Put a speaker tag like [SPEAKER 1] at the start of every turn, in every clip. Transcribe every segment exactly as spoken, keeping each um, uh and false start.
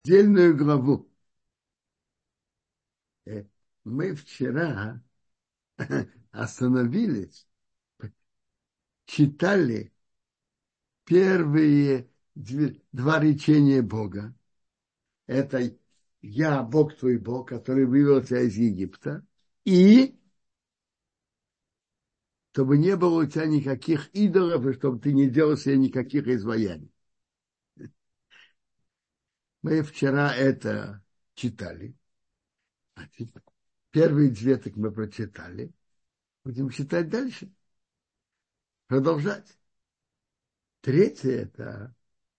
[SPEAKER 1] Отдельную главу. Э, Мы вчера остановились, читали первые две- два речения Бога. Это «Я, Бог твой Бог, который вывел тебя из Египта», и чтобы не было у тебя никаких идолов, и чтобы ты не делал себе никаких изваяний. Мы вчера это читали. А теперь первые две так мы прочитали. Будем читать дальше. Продолжать. Третье это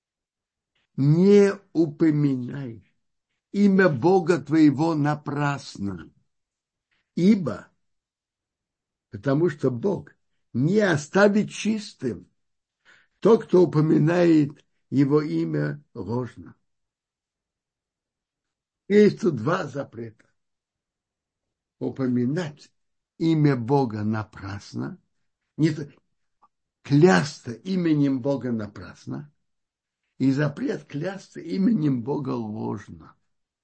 [SPEAKER 1] не упоминай имя Бога твоего напрасно. Ибо, потому что Бог не оставит чистым тот, кто упоминает его имя ложно. Есть тут два запрета. Упоминать имя Бога напрасно, не клясться именем Бога напрасно, и запрет клясться именем Бога ложно.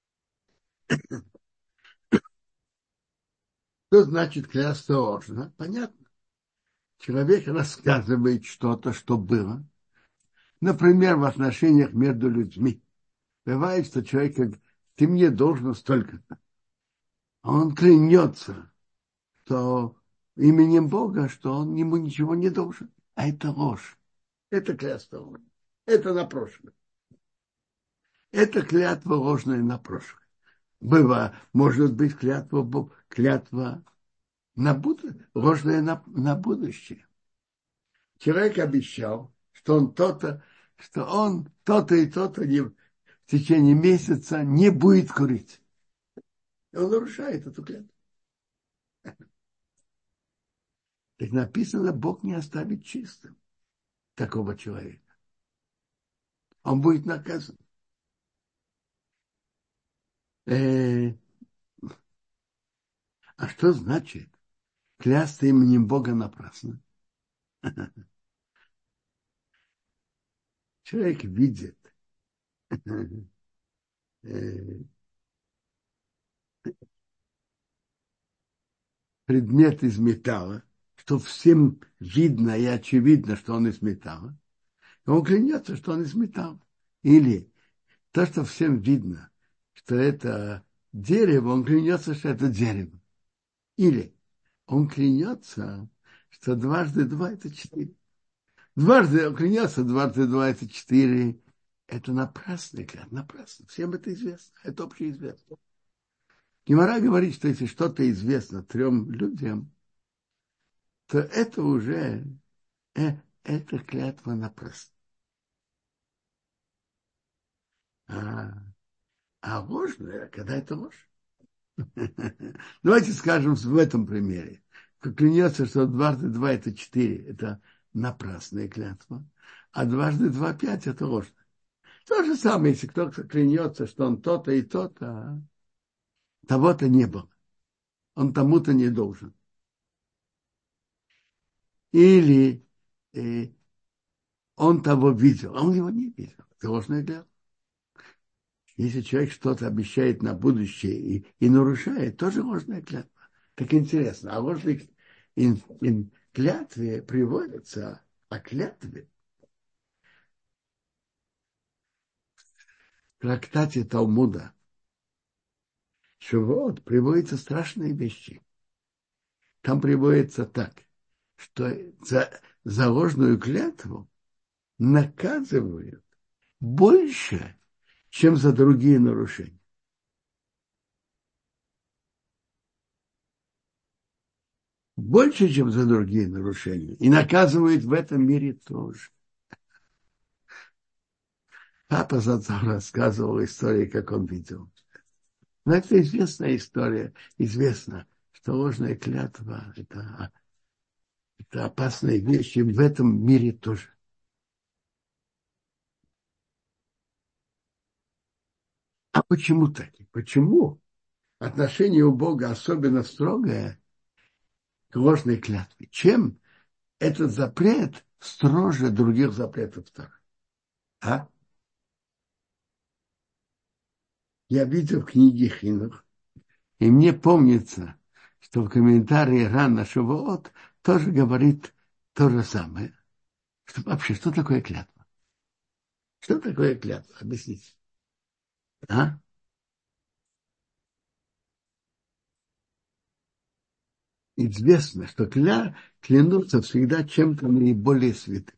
[SPEAKER 1] Что значит клясться ложно? Понятно. Человек рассказывает что-то, что было. Например, в отношениях между людьми. Бывает, что человек говорит: ты мне должен столько-то. А он клянется, что именем Бога, что он ему ничего не должен. А это ложь. Это клятва ложь. Это на прошлое. Это клятва ложная на прошлое. Было, может быть, клятва, клятва на будущее, ложная на, на будущее. Человек обещал, что он то-то, что он то-то и то-то не, в течение месяца не будет курить. И он нарушает эту клятву. Так написано, Бог не оставит чистым такого человека. Он будет наказан. Э, а что значит клясться именем Бога напрасно? Человек видит э, предмет из металла, что всем видно и очевидно, что он из металла, и он клянется, что он из металла. Или то, что всем видно, что это дерево, он клянется, что это дерево. Или он клянется, что дважды два – это четыре. Дважды он клянется, дважды два – это четыре. Это напрасный клятва, напрасно. Всем это известно, это общеизвестно. Гемара говорит, что если что-то известно трем людям, то это уже э, это клятва напрасно. А, а ложная, когда это ложь? Давайте скажем в этом примере. Клянется, что дважды два это четыре, это напрасная клятва, а дважды два пять это ложь. То же самое, если кто-то клянется, что он то-то и то-то, а того-то не было. Он тому-то не должен. Или э, он того видел, а он его не видел. Это ложная клятва. Если человек что-то обещает на будущее и, и нарушает, тоже ложная клятва. Так интересно, а ложной ин, ин, клятве приводится о клятве в трактате Талмуда. Что вот приводятся страшные вещи. Там приводится так, что за, за ложную клятву наказывают больше, чем за другие нарушения. Больше, чем за другие нарушения. И наказывают в этом мире тоже. Папа Зацар рассказывал историю, как он видел. Но это известная история. Известно, что ложная клятва – это, это опасные вещи в этом мире тоже. А почему так? Почему отношение у Бога особенно строгое к ложной клятве? Чем этот запрет строже других запретов Торы? А? Я видел в книге Хинух, и мне помнится, что в комментарии Рана Шавуот тоже говорит то же самое. Что вообще, что такое клятва? Что такое клятва? Объясните. А? Известно, что кля, клянутся всегда чем-то наиболее святым.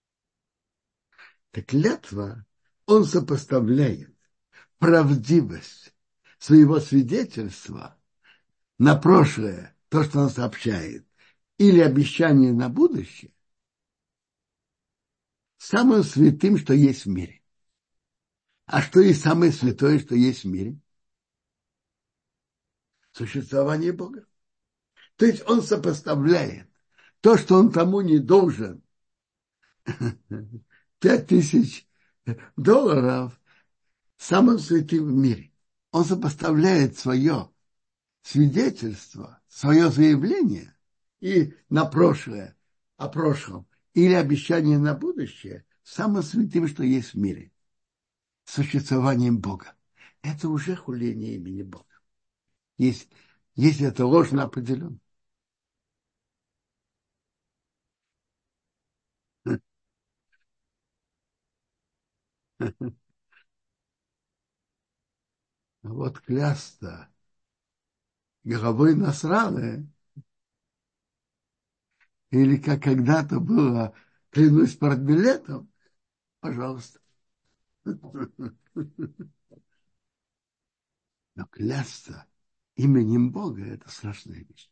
[SPEAKER 1] Так клятва, он сопоставляет правдивость своего свидетельства на прошлое, то, что он сообщает, или обещание на будущее, самым святым, что есть в мире. А что есть самое святое, что есть в мире? Существование Бога. То есть он сопоставляет то, что он тому не должен, пять тысяч долларов, самым святым в мире. Он сопоставляет свое свидетельство, свое заявление и на прошлое, о прошлом, или обещание на будущее, самым святым, что есть в мире, существованием Бога. Это уже хуление имени Бога. Есть, если это ложно определенно. А вот клясться головой насраны, или как когда-то было, клянусь партбилетом, пожалуйста. Но клясться именем Бога – это страшная вещь.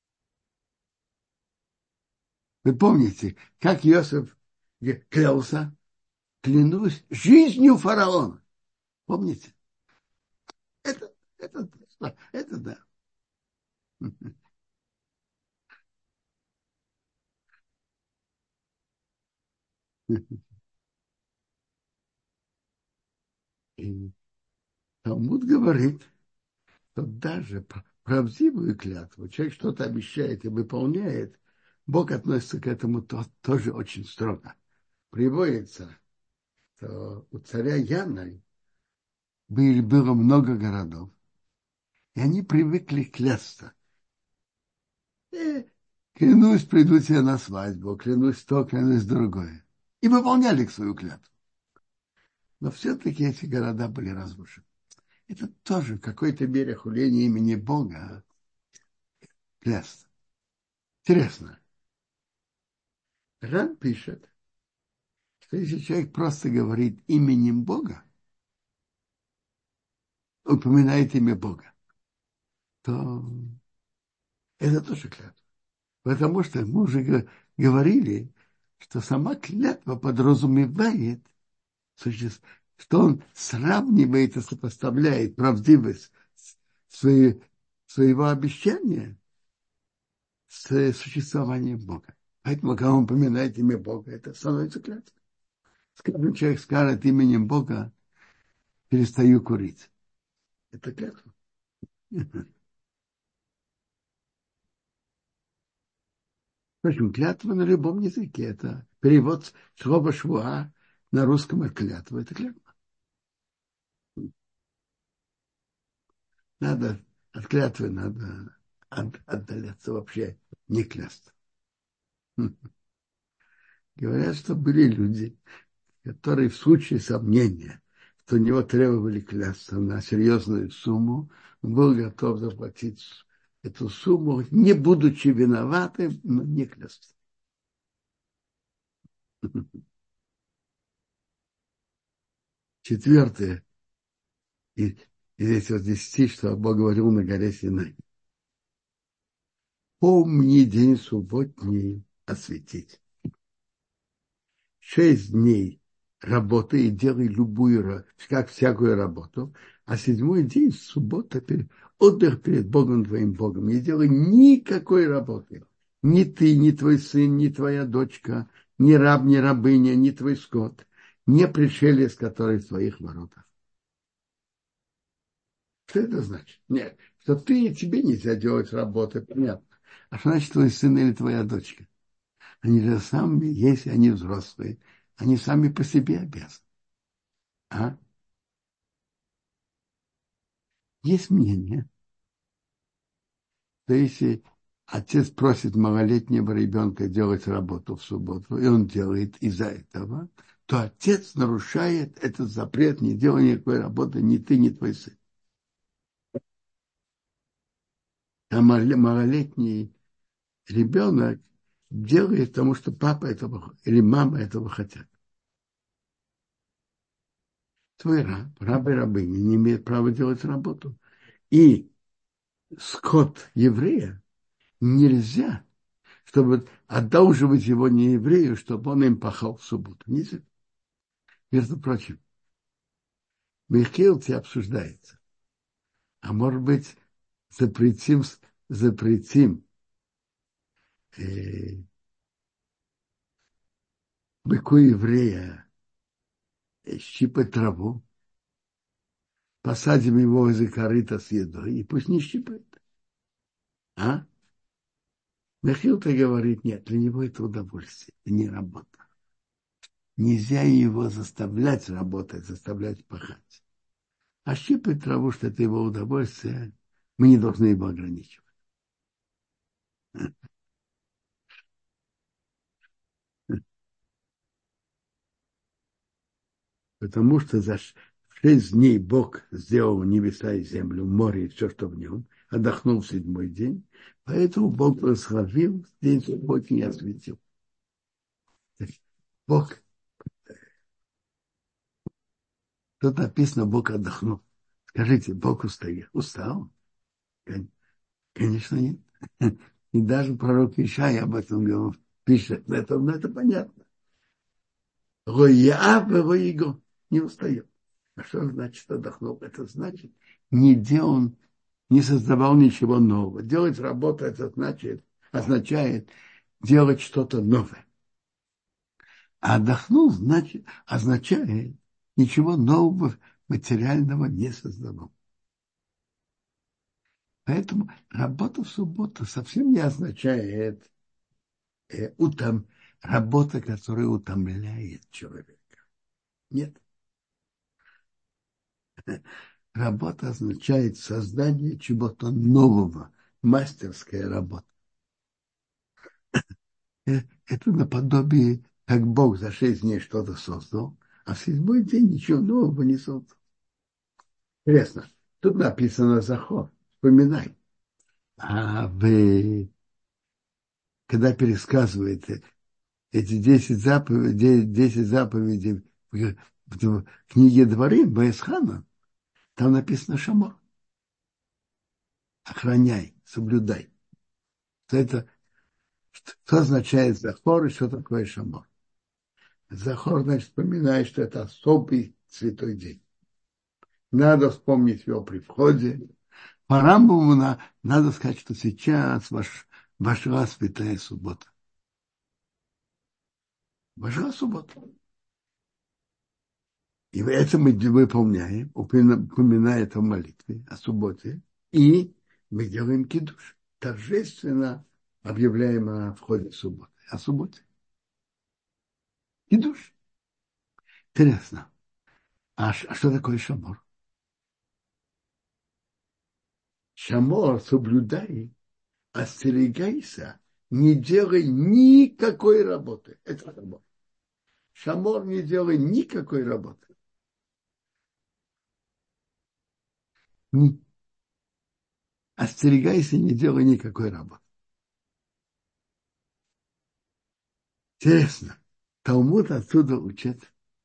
[SPEAKER 1] Вы помните, как Иосиф клялся, клянусь жизнью фараона. Помните? Это, это, это да. И Талмуд говорит, что даже правдивую клятву, человек что-то обещает и выполняет, Бог относится к этому то, тоже очень строго. Приводится, что у царя Яна были, было много городов, и они привыкли клясться. Э, клянусь, приду тебе на свадьбу, клянусь то, клянусь другое. И выполняли свою клятву. Но все-таки эти города были разрушены. Это тоже в какой-то мере хуление имени Бога. Клясться. Интересно. Ран пишет, что если человек просто говорит именем Бога, упоминает имя Бога, то это тоже клятва. Потому что мы уже говорили, что сама клятва подразумевает, что он сравнивает и сопоставляет правдивость своей, своего обещания с существованием Бога. Поэтому, когда он упоминает имя Бога, это становится клятвой. Скажем, человек скажет именем Бога, перестаю курить. Это клятва. Впрочем, клятва на любом языке. Это перевод слова швуа на русском от клятва. Это клятва. Надо, от клятвы надо от, отдаляться вообще, не клясться. Говорят, что были люди, которые в случае сомнения, что у него требовали клясться на серьезную сумму, он был готов заплатить эту сумму, не будучи виноватым, но не клясться. Четвертое из, из этих десяти, что Бог говорил на горе Синай. Помни день субботний осветить. Шесть дней работай и делай любую, как всякую работу, а седьмой день, суббота, отдых перед Богом твоим Богом. Не делай никакой работы. Ни ты, ни твой сын, ни твоя дочка, ни раб, ни рабыня, ни твой скот, не пришелец, который в твоих воротах. Что это значит? Нет, что ты и тебе нельзя делать работы, понятно. А что значит твой сын или твоя дочка? Они же сами, если они взрослые, они сами по себе обязаны. А? Есть мнение, что если отец просит малолетнего ребенка делать работу в субботу, и он делает из-за этого, то отец нарушает этот запрет, не делай никакой работы, ни ты, ни твой сын. А малолетний ребенок делает потому, что папа этого или мама этого хотят. Твой раб, раб и рабыня не имеют права делать работу. И скот еврея нельзя, чтобы одалживать его не еврею, чтобы он им пахал в субботу. Нельзя. Между прочим, в Михеилте обсуждается. А может быть, запретим, запретим э, быку еврея э, щипать траву, посадим его возле корыта с едой, и пусть не щипает. А? Михеилта говорит, нет, для него это удовольствие, это не работа. Нельзя его заставлять работать, заставлять пахать. А щипать траву, что это его удовольствие, мы не должны его ограничивать. Потому что за шесть дней Бог сделал небеса и землю, море и все, что в нем, отдохнул в седьмой день, поэтому Бог благословил, день субботний не осветил. Бог, тут написано, Бог отдохнул. Скажите, Бог устал? Устал? Конечно, нет. И даже пророк Ишай об этом говорит, пишет. Это, ну, это понятно. Роя, его не устает. А что значит отдохнул? Это значит, не делал, не создавал ничего нового. Делать работу, это значит, означает делать что-то новое. А отдохнул, значит, означает, ничего нового материального не создавал. Поэтому работа в субботу совсем не означает э, утом, работа, которая утомляет человека. Нет. Работа означает создание чего-то нового, мастерская работа. Это наподобие, как Бог за шесть дней что-то создал, а в седьмой день ничего нового не создал. Интересно. Тут написано захор. Вспоминай. А вы, когда пересказывает эти десять заповедей, десять заповедей в, в книге Дворим, Баэсхана, там написано шамор. Охраняй, соблюдай. Что это, что означает захор и что такое шамор? Захор, значит, вспоминай, что это особый святой день. Надо вспомнить его при входе. По Рамбаму на, надо сказать, что сейчас ваш, ваша святая суббота. Ваша суббота. И это мы выполняем, упоминая это в молитве о субботе. И мы делаем кидуш. Торжественно объявляем о входе субботы. О субботе. Кидуш. Интересно. А, а что такое шамор? Шамор, соблюдай, остерегайся, не делай никакой работы. Это шамор. Шамор, не делай никакой работы. Не. Остерегайся, не делай никакой работы. Интересно. Талмуд отсюда учит,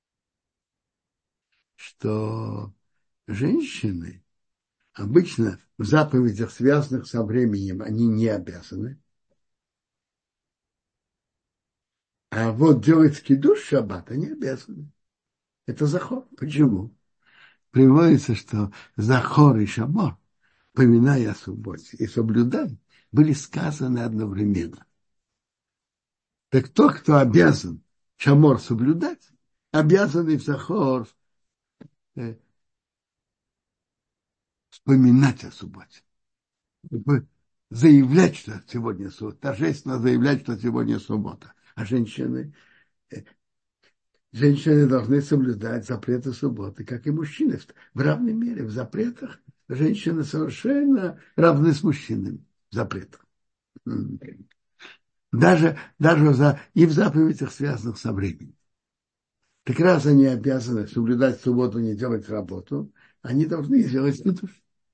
[SPEAKER 1] что женщины обычно в заповедях, связанных со временем, они не обязаны. А вот делать кидуш в шаббат они обязаны. Это захор. Почему? Приводится, что захор и шамор, поминая о субботе и соблюдай, были сказаны одновременно. Так тот, кто обязан шамор соблюдать, обязан и в захор э, вспоминать о субботе. Заявлять, что сегодня суббота, торжественно заявлять, что сегодня суббота. А женщины, э, женщины должны соблюдать запреты субботы, как и мужчины, в равной мере в запретах женщины совершенно равны с мужчинами в запретах. Даже, даже за, и в заповедях, связанных со временем. Так раз они обязаны соблюдать субботу, не делать работу, они должны сделать кидуш.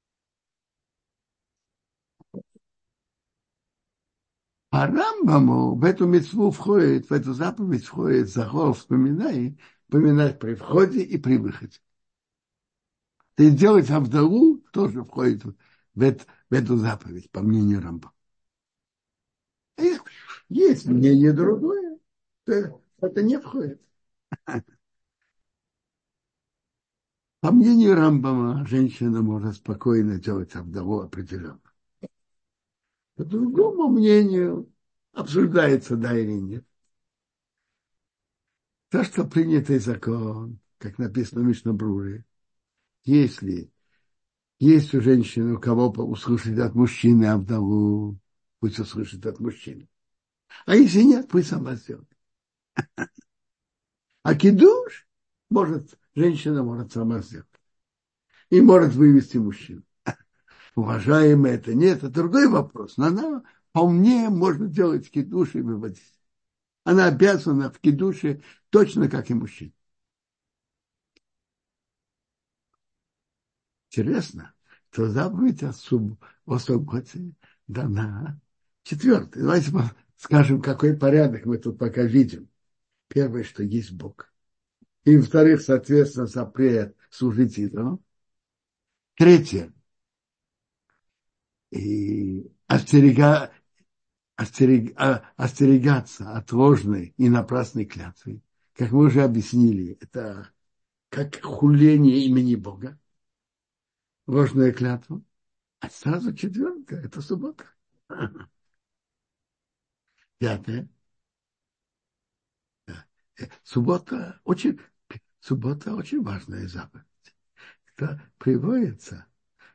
[SPEAKER 1] А Рамбаму в эту мицву входит, в эту заповедь входит захор, вспоминай, поминать при входе и при выходе. То есть делать авдалу тоже входит в эту, в эту заповедь, по мнению Рамбама. Есть мнение другое, то это не входит. По мнению Рамбама, женщина может спокойно делать авдалу определенно. По другому мнению обсуждается, да или нет. То, что принятый закон, как написано в Мишнабруре, если есть у женщины, у кого услышать от мужчины авдалу, пусть услышит от мужчины. А если нет, пусть сама сделает. А кидуш может, женщина может сама сделать. И может вывести мужчину. Уважаемый это нет, это другой вопрос. Но она вполне может делать кидуш и выводить. Она обязана в кидуше точно как и мужчина. Интересно, что заповедь о, суб... о субботе дана четвертый. Давайте скажем, какой порядок мы тут пока видим. Первое, что есть Бог. И, во-вторых, соответственно, запрет служить идолам. Третье. И остерега... остерег... а, остерегаться от ложной и напрасной клятвы. Как мы уже объяснили, это как хуление имени Бога. Ложная клятва. А сразу четвертое, это суббота. Пятое. Суббота очень, суббота очень важная заповедь. Это приводится,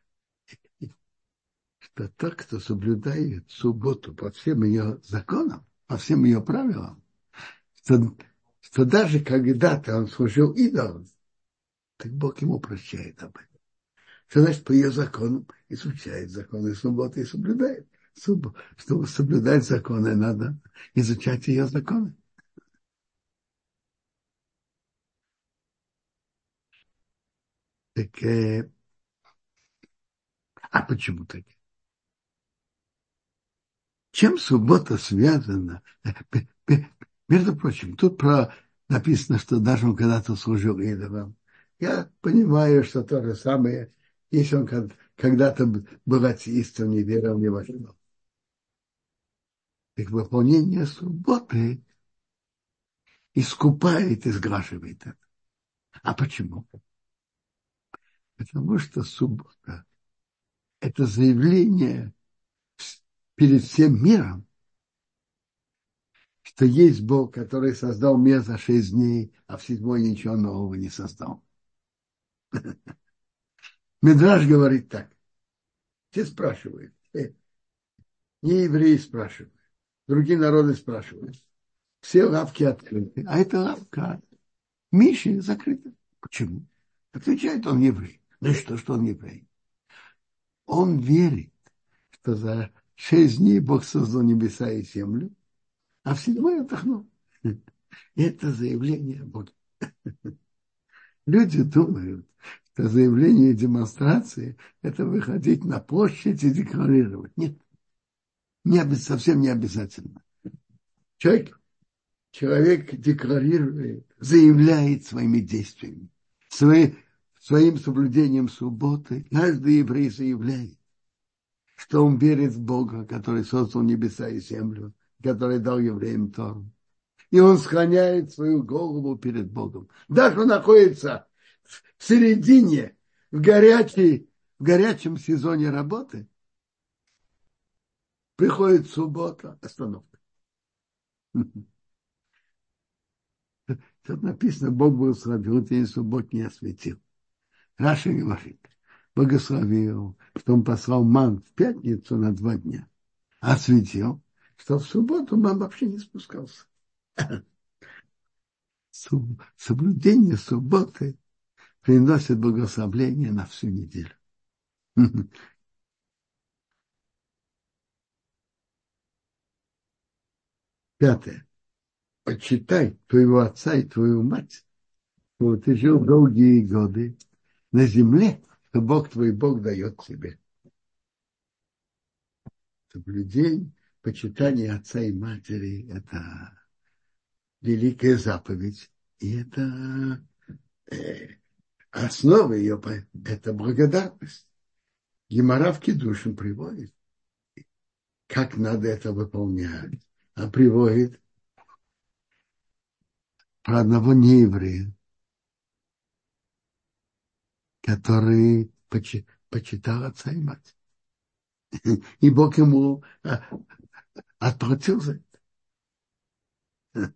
[SPEAKER 1] что тот, кто соблюдает субботу по всем ее законам, по всем ее правилам, что, что даже когда-то он служил идолам, так Бог ему прощает об этом. Что значит по ее законам изучает законы субботы и соблюдает. Суб... Чтобы соблюдать законы, надо изучать ее законы. Так, э, а почему так? Чем суббота связана? Между прочим, тут про написано, что даже он когда-то служил идолам. Я понимаю, что то же самое, если он когда-то был атеистом, не верил ни во что. Так выполнение субботы искупает и сглаживает это. А почему? Потому что суббота – это заявление перед всем миром, что есть Бог, который создал мир за шесть дней, а в седьмой ничего нового не создал. Мидраш говорит так. Все спрашивают. Э, не евреи спрашивают. Другие народы спрашивают. Все лавки открыты. А эта лавка Миши закрыта. Почему? Отвечает он еврей. Ну и что, что он еврей? Он верит, что за шесть дней Бог создал небеса и землю, а в седьмой отдохнул. Это заявление Бога. Люди думают, что заявление и демонстрации – это выходить на площадь и декларировать. Нет, не, совсем не обязательно. Человек, человек декларирует, заявляет своими действиями, свои, своим соблюдением субботы. Каждый еврей заявляет, что он верит в Бога, который создал небеса и землю, который дал евреям Тору. И он склоняет свою голову перед Богом. Даже он находится в середине, в, горячей, в горячем сезоне работы. Приходит суббота, остановка. Тут написано, Бог благословил, день суббот не осветил. Раша говорит, благословил, что он послал ман в пятницу на два дня. Осветил, что в субботу ман вообще не спускался. Соблюдение субботы приносит благословение на всю неделю. Пятое. Почитай твоего отца и твою мать. Вот ты жил долгие годы на земле, что Бог твой Бог дает тебе. Соблюдение, почитание отца и матери – это великая заповедь. И это э, основа ее – это благодарность. Гемара в Кидушин приводит, как надо это выполнять. А приводит про одного нееврея, который почи, почитал отца и мать. И Бог ему а, отплатил за это.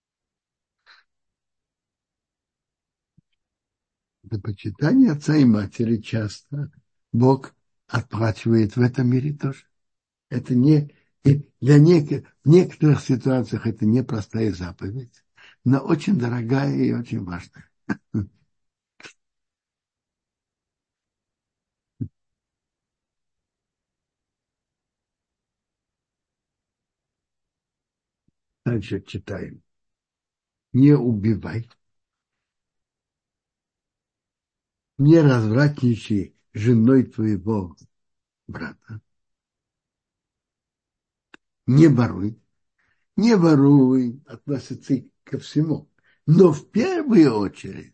[SPEAKER 1] За почитание отца и матери часто Бог отплачивает в этом мире тоже. Это не и для неких, в некоторых ситуациях это не простая заповедь, но очень дорогая и очень важная. Дальше читаем. Не убивай, не развратничай женой твоего брата, не воруй. Не воруй относится ко всему. Но в первую очередь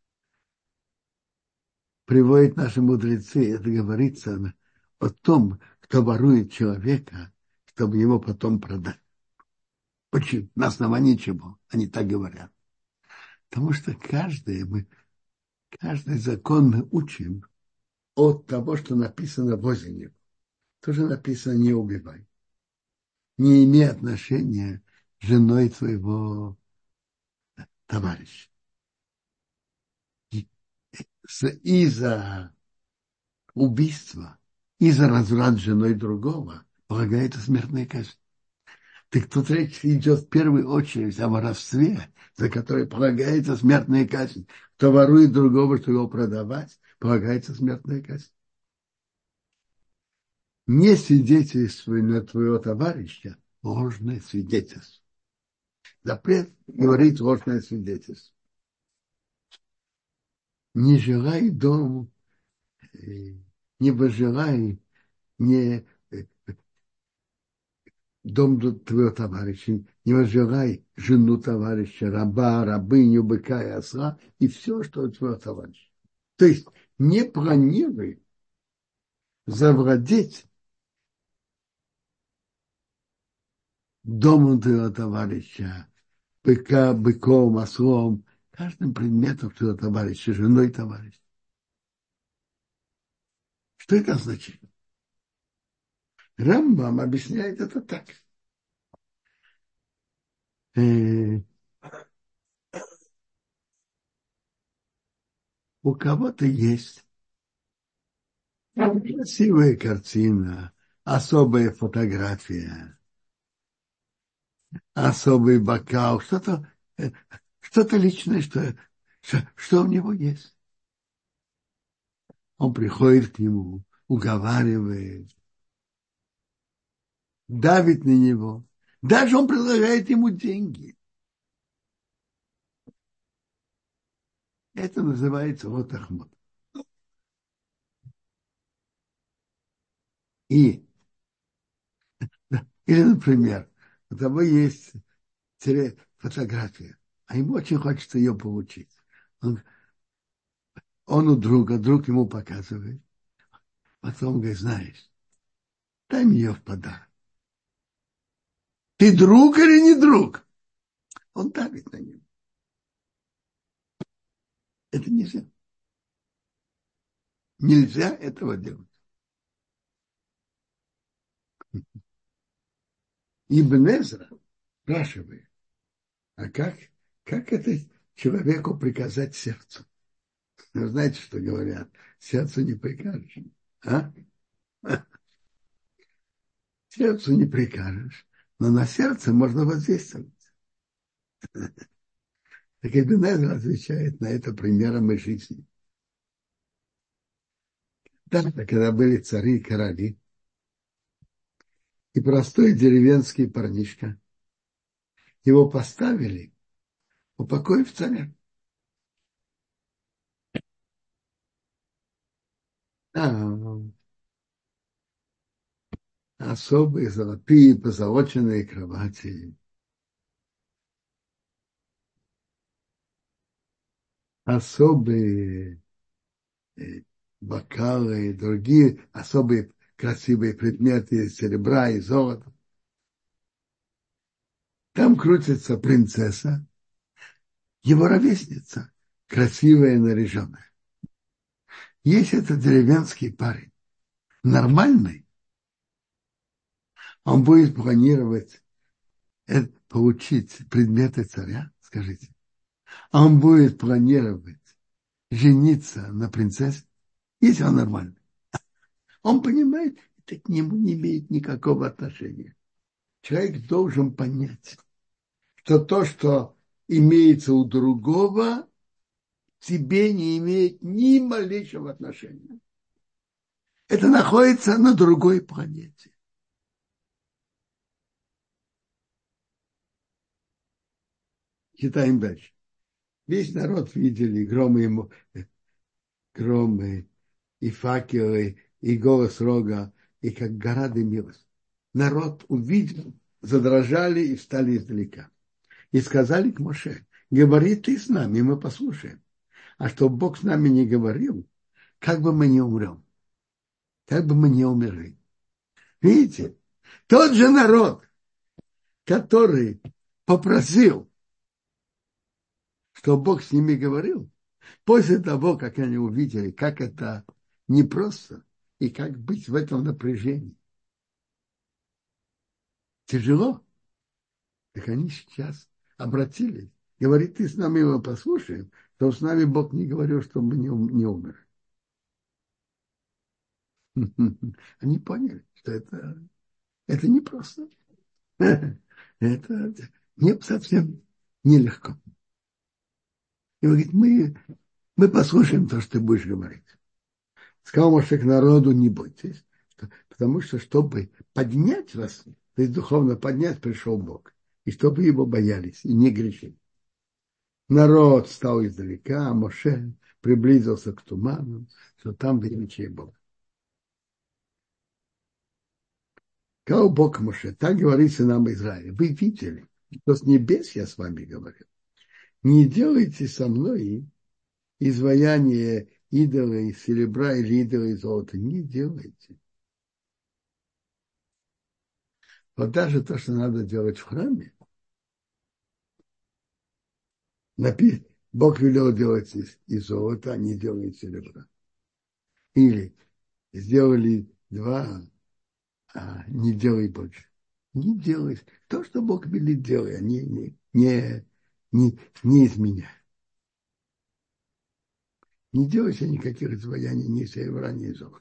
[SPEAKER 1] приводят наши мудрецы, это говорится о том, кто ворует человека, чтобы его потом продать. Почему? На основании чего? Они так говорят. Потому что каждый, мы, каждый закон мы учим от того, что написано возле него. Тоже написано не убивай. Не имей отношения с женой твоего товарища. Из-за убийства, из-за разврат женой другого полагается смертная казнь. Так тут речь идет в первую очередь о воровстве, за которое полагается смертная казнь. Кто ворует другого, чтобы его продавать, полагается смертная казнь. Не свидетельствуй на твоего товарища ложное свидетельство. Запрет говорить ложное свидетельство. Не желай дом, не выжелай, не дом твоего товарища, не возжелай жену товарища, раба, рабыню, быка и осла, и все, что у твоего товарища. То есть не планируй завладеть домом твоего товарища, быка, быком, ослом, каждым предметом твоего товарища, женой товарища. Что это означает? Рамбам объясняет это так. Э, у кого-то есть красивая картина, особая фотография, особый бокал, что-то, э, что-то личное, что, что, что у него есть. Он приходит к нему, уговаривает, давит на него. Даже он предлагает ему деньги. Это называется вот ахмот. И, или, например, у того есть фотография, а ему очень хочется ее получить. Он, он у друга, друг ему показывает. Потом говорит, знаешь, дай мне ее в подарок. Ты друг или не друг? Он давит на него. Это нельзя. Нельзя этого делать. Ибн Эзра спрашивает, а как, как это человеку приказать сердцу? Вы знаете, что говорят? Сердцу не прикажешь. А? Сердцу не прикажешь. Но на сердце можно воздействовать. Так Ибн Эзра отвечает на это примером из жизни. Да, когда были цари и короли, и простой деревенский парнишка, его поставили упокоив царя. А, особые золотые позолоченные кровати, особые э, бокалы, другие особые красивые предметы из серебра и золота. Там крутится принцесса, его ровесница, красивая и наряженная. Если это деревенский парень, нормальный, он будет планировать э, получить предметы царя, скажите. Он будет планировать жениться на принцессе, если он нормальный. Он понимает, это к нему не имеет никакого отношения. Человек должен понять, что то, что имеется у другого, тебе не имеет ни малейшего отношения. Это находится на другой планете. Читаем дальше. Весь народ видели громы, ему, громы и факелы, и голос рога, и как гора дымилась. Народ увидел, задрожали и встали издалека. И сказали к Моше: говори ты с нами, мы послушаем. А что Бог с нами не говорил, как бы мы не умрем, как бы мы не умерли. Видите, тот же народ, который попросил, что Бог с ними говорил, после того, как они увидели, как это непросто и как быть в этом напряжении, тяжело, так они сейчас обратились. Говорит, ты с нами его послушаем, то с нами Бог не говорил, чтобы мы не, ум- не умерли. Они поняли, что это, это непросто. Это не совсем нелегко. И он говорит, мы, мы послушаем то, что ты будешь говорить. Сказал Моше к народу: не бойтесь, потому что, чтобы поднять вас, то есть духовно поднять, пришел Бог. И чтобы его боялись и не грешили. Народ стал издалека, а Моше приблизился к туману, что там величие Бога. Сказал Бог Моше: так говорит сынам Израиля. Вы видели, что с небес я с вами говорю. Не делайте со мной изваяние идола из серебра или идола из золота. Не делайте. Вот даже то, что надо делать в храме, напи- Бог велел делать из, из золота, а не делает из серебра. Или сделали два, а не делай больше. Не делай. То, что Бог велит, делай, а не, не, не, не, не изменяй. Не делайте никаких изваяний ни серебра, ни золота.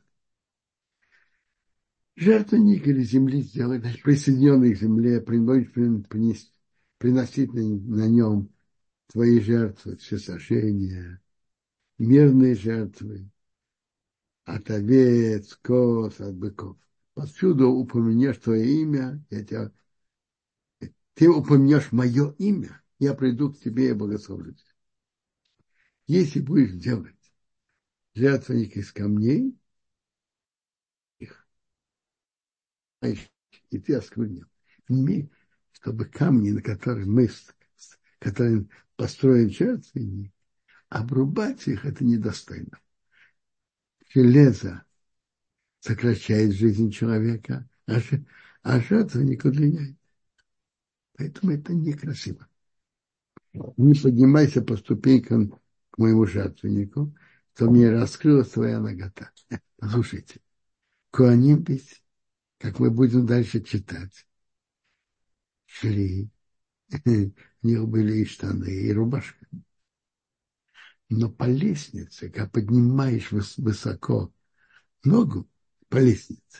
[SPEAKER 1] Жертвенник или земли сделать, присоединенный к земле, приносить, приносить на, на нем твои жертвы, всесожжения, мирные жертвы, от овец, коз, от быков. Повсюду упомянешь твое имя, я тебя, ты упомянешь мое имя, я приду к тебе и благословлю тебя. Если будешь делать жертвенник из камней, их, и ты осквернил, чтобы камни, на которых мы, которые построен жертвенник, обрубать их это недостойно. Железо сокращает жизнь человека, а, а жертвенник удлиняет. Поэтому это некрасиво. Не поднимайся по ступенькам к моему жертвеннику, что мне раскрылась твоя нагота. Послушайте, Коаним ведь, как мы будем дальше читать, шли, у них были и штаны, и рубашка. Но по лестнице, когда поднимаешь высоко ногу по лестнице,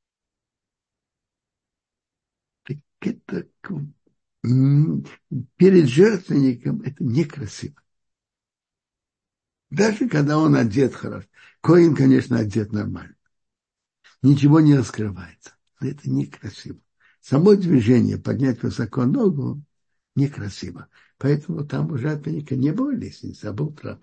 [SPEAKER 1] так это перед жертвенником это некрасиво. Даже когда он одет хорошо. Коин, конечно, одет нормально. Ничего не раскрывается. Но это некрасиво. Само движение, поднять высоко ногу, некрасиво. Поэтому там у жертвенника не было лестницы, а был трап.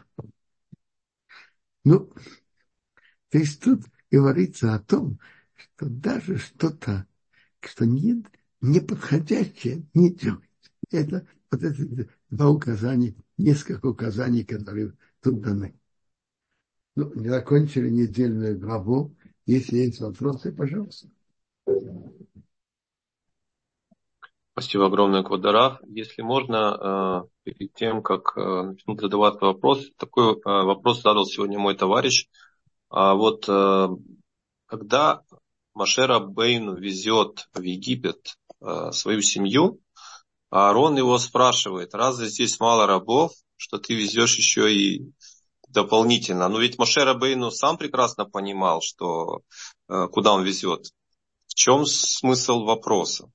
[SPEAKER 1] Ну, то есть тут говорится о том, что даже что-то, что не, не подходящее, не делайте. Это вот это два указания, несколько указаний, которые тут даны. Ну, не закончили недельную главу. Если есть вопросы, пожалуйста.
[SPEAKER 2] Спасибо огромное, Квадарав. Если можно, перед тем, как начнут задаваться вопросы, такой вопрос задал сегодня мой товарищ. Вот когда Моше Рабейну везет в Египет свою семью, Аарон его спрашивает: разве здесь мало рабов, что ты везешь еще и дополнительно? Но ведь Моше Рабейну сам прекрасно понимал, что куда он везет. В чем смысл вопроса?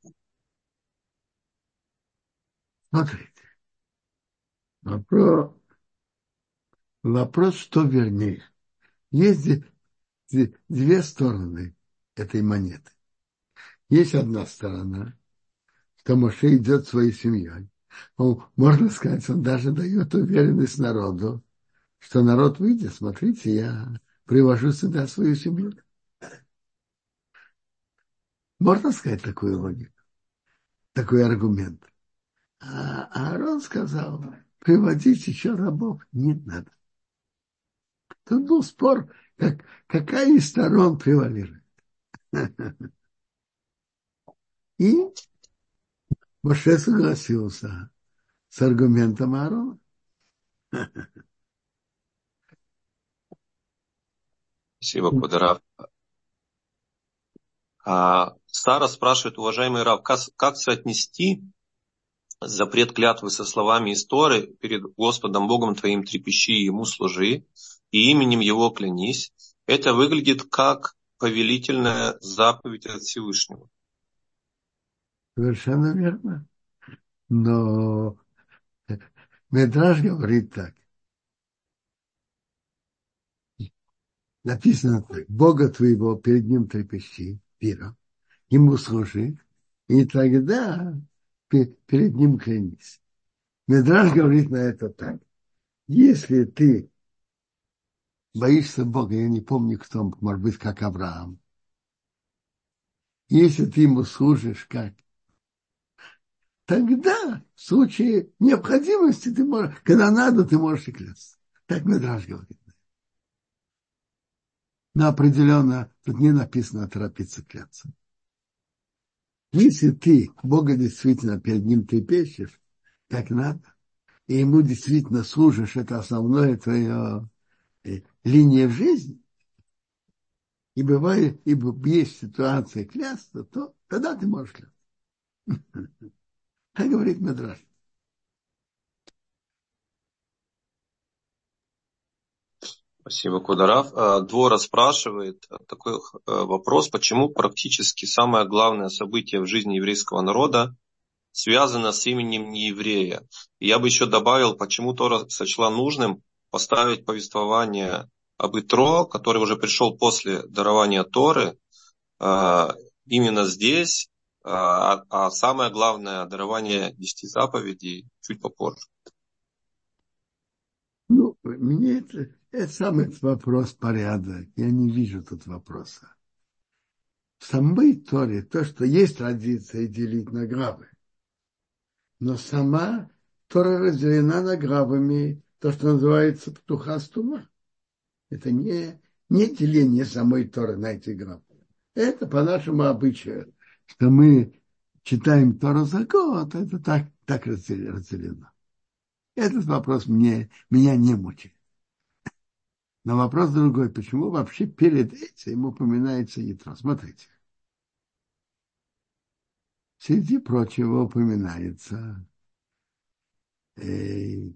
[SPEAKER 1] Смотрите. Вопрос, вопрос, что вернее. Есть две стороны этой монеты. Есть одна сторона, что Моше идет своей семьей. Он, можно сказать, он даже дает уверенность народу, что народ выйдет, смотрите, я привожу сюда свою семью. Можно сказать такую логику, такой аргумент. А Аарон сказал, приводить еще рабов не надо. Тут был спор, как, какая из сторон превалирует. И Моше согласился с аргументом Аарона.
[SPEAKER 2] Спасибо, Квадарав. А Сара спрашивает: уважаемый Рав, как, как соотнести запрет клятвы со словами из Торы: перед Господом Богом твоим трепещи и Ему служи, и именем Его клянись? Это выглядит как повелительная заповедь от Всевышнего.
[SPEAKER 1] Совершенно верно. Но Медраж говорит так. Написано так. Бога твоего перед ним трепещи, пира, ему служи, и тогда перед ним клянись. Медраж говорит на это так. Если ты боишься Бога, я не помню, кто, может быть, как Авраам. Если ты ему служишь как, тогда в случае необходимости ты можешь, когда надо, ты можешь и клясться. Так Медраж говорит. Но определенно тут не написано торопиться кляться. Если ты Бога действительно перед ним трепещешь, как надо, и ему действительно служишь, это основное твое э, линия в жизни, и бывает, и есть ситуация клясться, то тогда ты можешь клясться. Так говорит Медраж.
[SPEAKER 2] Спасибо, Квадарав. Двора спрашивает такой вопрос: почему практически самое главное событие в жизни еврейского народа связано с именем нееврея? И я бы еще добавил, почему Тора сочла нужным поставить повествование об Итро, который уже пришел после дарования Торы, именно здесь, а, а самое главное, дарование десяти заповедей чуть попозже.
[SPEAKER 1] Ну, мне это, это сам этот вопрос порядок. Я не вижу тут вопроса. В самой Торе то, что есть традиция делить на главы. Но сама Тора разделена на главами, то, что называется птуха стума. Это не, не деление самой Торы на эти главы. Это по нашему обычаю, что мы читаем Тору за год, это так, так разделено. Этот вопрос мне, меня не мучает. Но вопрос другой, почему вообще перед этим упоминается Ятро? Смотрите. Среди прочего упоминается, э,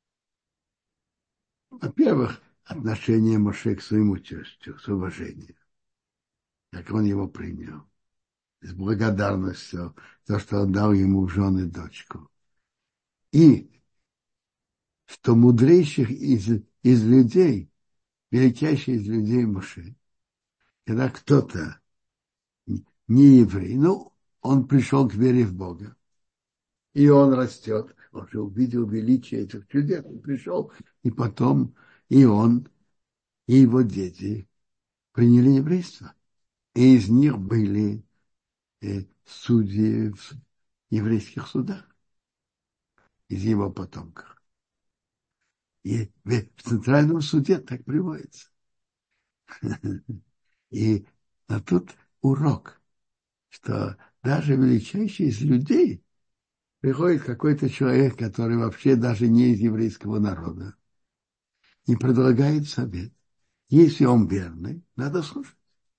[SPEAKER 1] во-первых, отношение Моше к своему тестю, с уважением, как он его принял, с благодарностью за то, что он дал ему в жены дочку. И что мудрейших из из людей, величайший из людей Моше, когда кто-то не еврей, ну, он пришел к вере в Бога, и он растет, он же увидел величие этих чудес, он пришел, и потом и он, и его дети приняли еврейство. И из них были э, судьи в еврейских судах, из его потомков. И в, в Центральном суде так приводится. И а тут урок, что даже величайший из людей приходит какой-то человек, который вообще даже не из еврейского народа, и предлагает совет. Если он верный, надо слушать.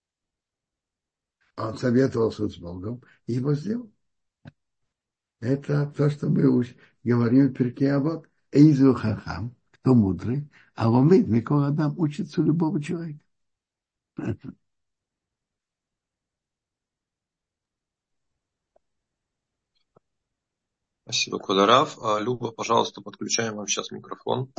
[SPEAKER 1] Он советовался с Богом и его сделал. Это то, что мы уж говорим в Перке Авот. Эйзу хахам, кто мудрый, а ломит микол адам, учится у любого человека.
[SPEAKER 2] Спасибо, Квадарав. Люба, пожалуйста, подключаем вам сейчас микрофон.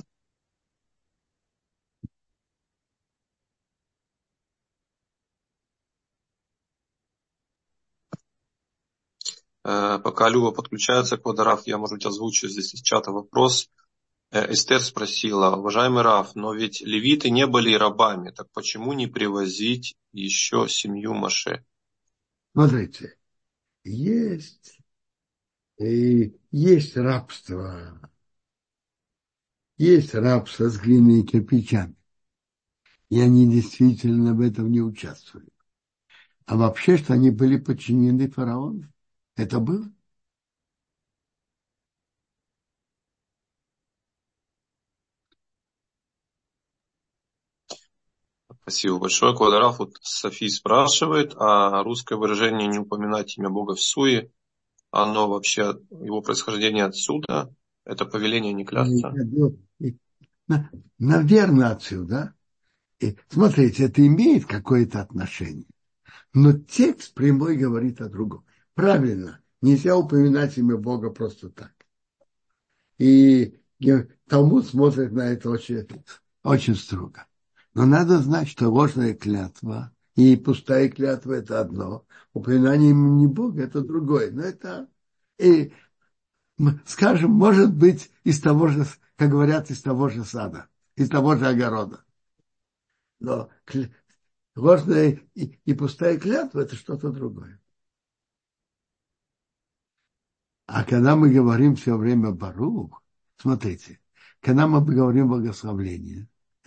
[SPEAKER 2] Пока Люба подключается, Квадарав, я, может быть, озвучу здесь из чата вопрос. Эстер спросила: уважаемый Рав, но ведь левиты не были рабами, так почему не привозить еще семью Моше?
[SPEAKER 1] Смотрите, есть, и есть рабство, есть рабство с глиной и кирпичами, и они действительно в этом не участвовали. А вообще, что они были подчинены фараону, это было.
[SPEAKER 2] Спасибо большое. Квадарав, вот Софи спрашивает, а русское выражение «не упоминать имя Бога в суе», оно вообще, его происхождение отсюда? Это повеление не клясться?
[SPEAKER 1] Наверное, отсюда. И, смотрите, это имеет какое-то отношение. Но текст прямой говорит о другом. Правильно, нельзя упоминать имя Бога просто так. И Талмуд смотрит на это очень, очень строго. Но надо знать, что ложная клятва и пустая клятва – это одно. Упоминание имени Бога – это другое. Но это, и, скажем, может быть из того же, как говорят, из того же сада, из того же огорода. Но ложная и, и пустая клятва – это что-то другое. А когда мы говорим все время Барух, смотрите, когда мы говорим благословление,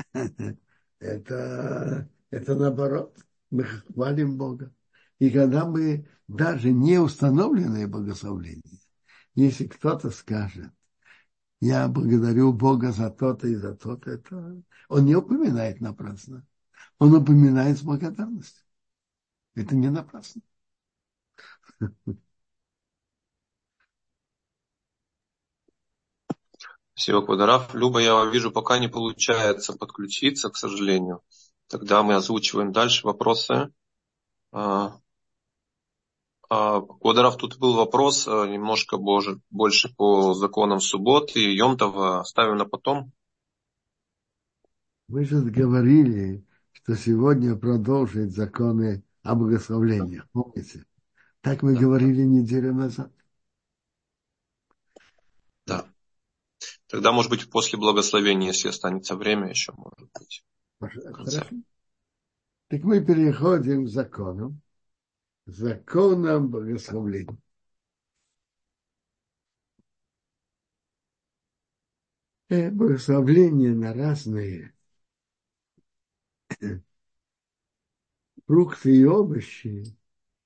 [SPEAKER 1] это, это наоборот, мы хвалим Бога. И когда мы даже не установленное благословление, если кто-то скажет: я благодарю Бога за то-то и за то-то, это он не упоминает напрасно. Он упоминает с благодарностью. Это не напрасно.
[SPEAKER 2] Спасибо, Квадарав. Люба, я вижу, пока не получается подключиться, к сожалению. Тогда мы озвучиваем дальше вопросы. Квадарав, тут был вопрос немножко больше по законам субботы и Йом-Това. Оставим на потом.
[SPEAKER 1] Вы же говорили, что сегодня продолжит законы о благословениях. Помните? Так мы
[SPEAKER 2] Да.
[SPEAKER 1] говорили неделю назад.
[SPEAKER 2] Да. Тогда, может быть, после благословения, если останется время, еще может быть.
[SPEAKER 1] Хорошо. Так мы переходим к законам. Законам благословения. Э, Благословление на разные фрукты и овощи.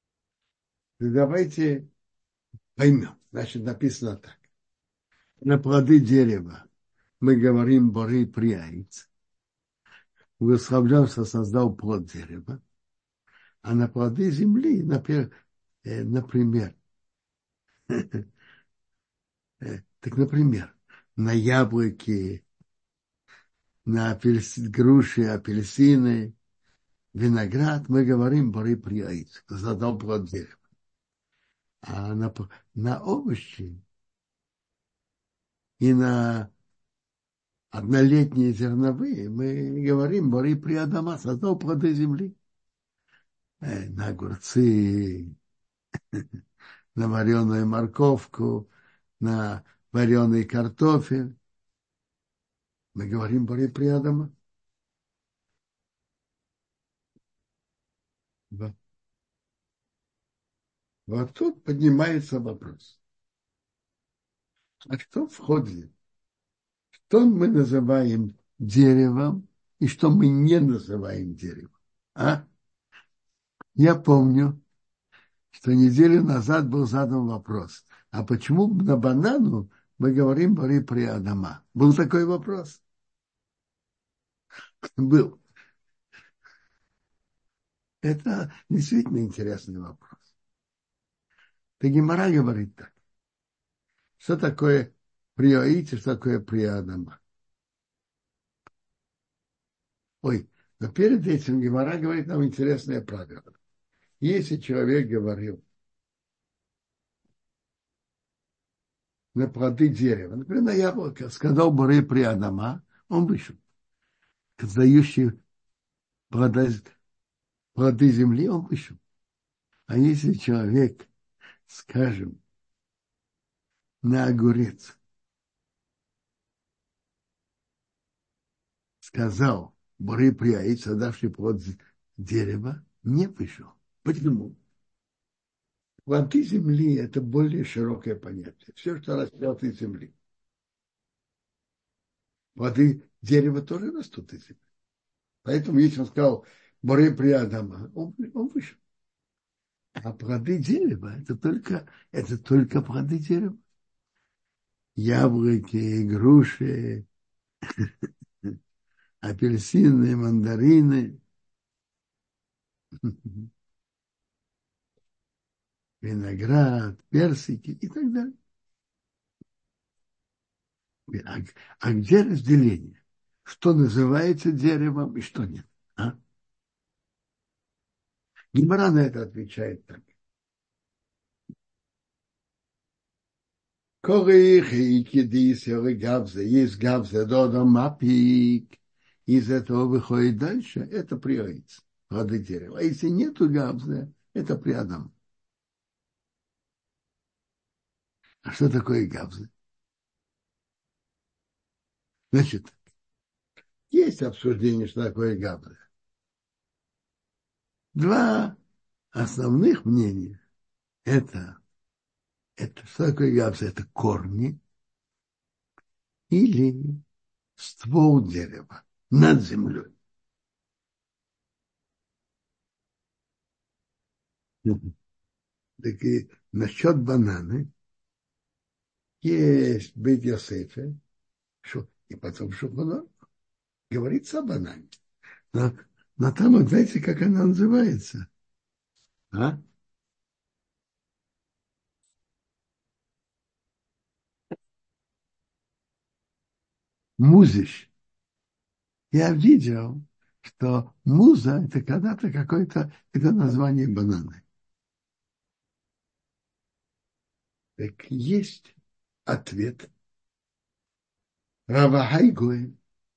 [SPEAKER 1] Давайте поймем. Значит, написано так. На плоды дерева мы говорим боры приаиц. Благословлен, что создал плод дерева. А на плоды земли, например, например так, например, на яблоки, на апельсин, груши, апельсины, виноград мы говорим боры приаиц, задал плод дерева. А на, на овощи и на однолетние зерновые, мы говорим, бори при Адама, создал плоды земли. Э, на огурцы, на вареную морковку, на вареный картофель. Мы говорим, бори при Адама. Вот. Вот тут поднимается вопрос. А что входит? Что мы называем деревом и что мы не называем деревом? А? Я помню, что неделю назад был задан вопрос, а почему на банану мы говорим бори при Адама? Был такой вопрос? Был. Это действительно интересный вопрос. Так Гемара говорит так. Что такое приоите, что такое при Адама? Ой, но перед этим Гемара говорит нам интересное правило. Если человек говорил на плоды дерева, например, на яблоко, сказал бори при Адама, он вышел. Сдающий плоды, плоды земли, он вышел. А если человек, скажем, на огурец сказал бори при яйца, давший плод дерева, не вышел. Почему? Плоды земли – это более широкое понятие. Все, что растет из земли. Плоды дерева тоже растут из земли. Поэтому, если он сказал бори при Адама, он, он вышел. А плоды дерева – это только, это только плоды дерева. Яблоки, груши, апельсины, мандарины, виноград, персики и так далее. А, а где разделение? Что называется деревом и что нет? А? Гемара на это отвечает так. Корих и кидис, и гавзе, есть гавзе, дода мапик. Из этого выходит дальше, это приоиц, плоды дерева. А если нету гавзе, это приадам. А что такое гавзе? Значит, есть обсуждение, что такое гавзе. Два основных мнения. Это, это что такое гавзе? Это корни или ствол дерева над землей. Так и насчет бананы есть Бейт Йосефе, и потом Шуханор. Говорится о банане. Но, но там, вот знаете, как она называется? А? Музыш. Я видел, что муза – это когда-то какое-то, это название банана. Так есть ответ. Рава Хайгоэ,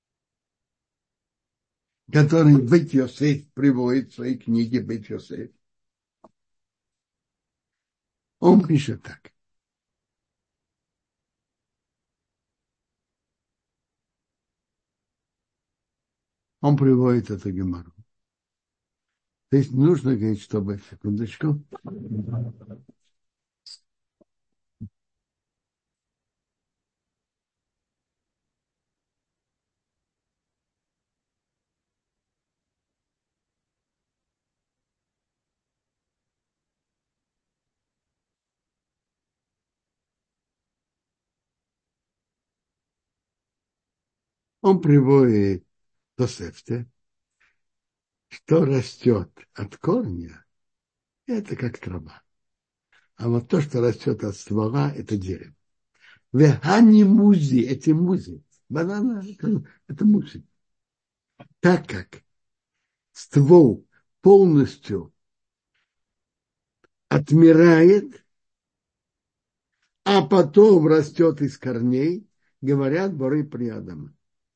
[SPEAKER 1] который Бейт Йосеф приводит в своей книге Бейт Йосеф. Он пишет так. Он приводит эту гемару. То есть нужно говорить, чтобы, секундочку. Он приводит Тосефте, что растет от корня, это как трава. А вот то, что растет от ствола, это дерево. Вехани музи, эти музи. Банана это, это музи. Так как ствол полностью отмирает, а потом растет из корней, говорят боры при Адама.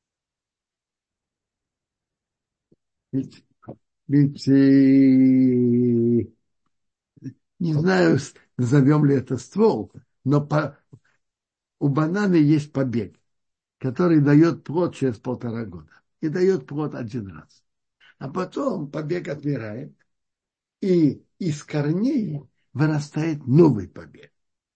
[SPEAKER 1] Ведь, ведь э, не знаю, с- назовем ли это ствол, но по, у банана есть побег, который дает плод через полтора года. И дает плод один раз. А потом побег отмирает, и из корней вырастает новый побег.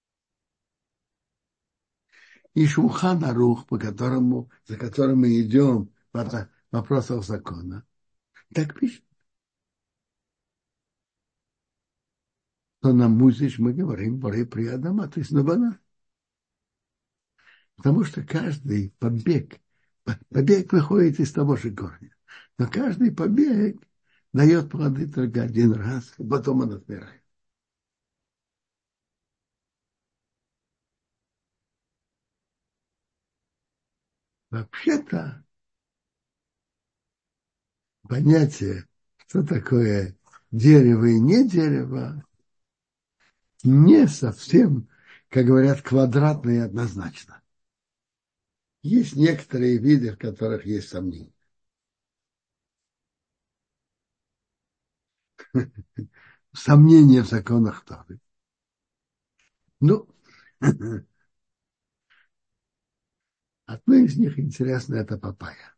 [SPEAKER 1] И Шулхан Арух, по которому, за которым мы идем в вопросах закона, так пишет, что на музыч мы говорим боры при Адама, то есть на банан. Потому что каждый побег, побег выходит из того же корня. Но каждый побег дает плоды только один раз, и потом он отмирает. Вообще-то понятие, что такое дерево и не дерево, не совсем, как говорят, квадратно и однозначно. Есть некоторые виды, в которых есть сомнения. Сомнения в законах Торы. Ну, одно из них интересно, это папайя.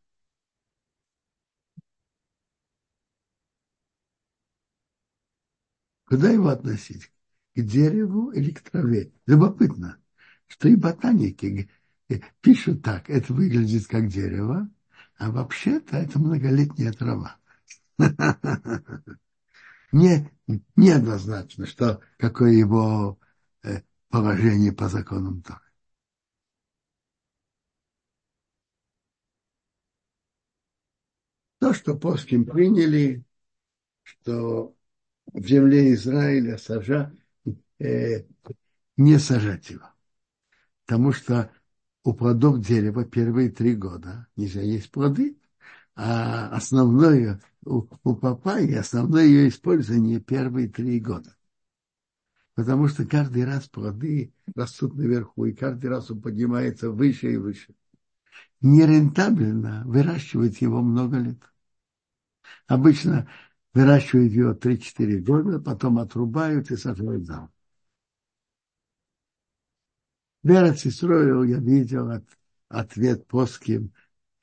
[SPEAKER 1] Куда его относить? К дереву или к траве? Любопытно, что и ботаники пишут так, это выглядит как дерево, а вообще-то это многолетняя трава. Не, неоднозначно, что какое его э, положение по законам Торы. То, что поским приняли, что в земле Израиля сажа, э, не сажать его. Потому что у плодов дерева первые три года нельзя есть плоды, а основное у, у папайи, основное ее использование первые три года. Потому что каждый раз плоды растут наверху, и каждый раз он поднимается выше и выше. Нерентабельно выращивать его много лет. Обычно выращивают его три-четыре года, потом отрубают и сажают заново. В Эрец-Исроил я видел от, ответ плоским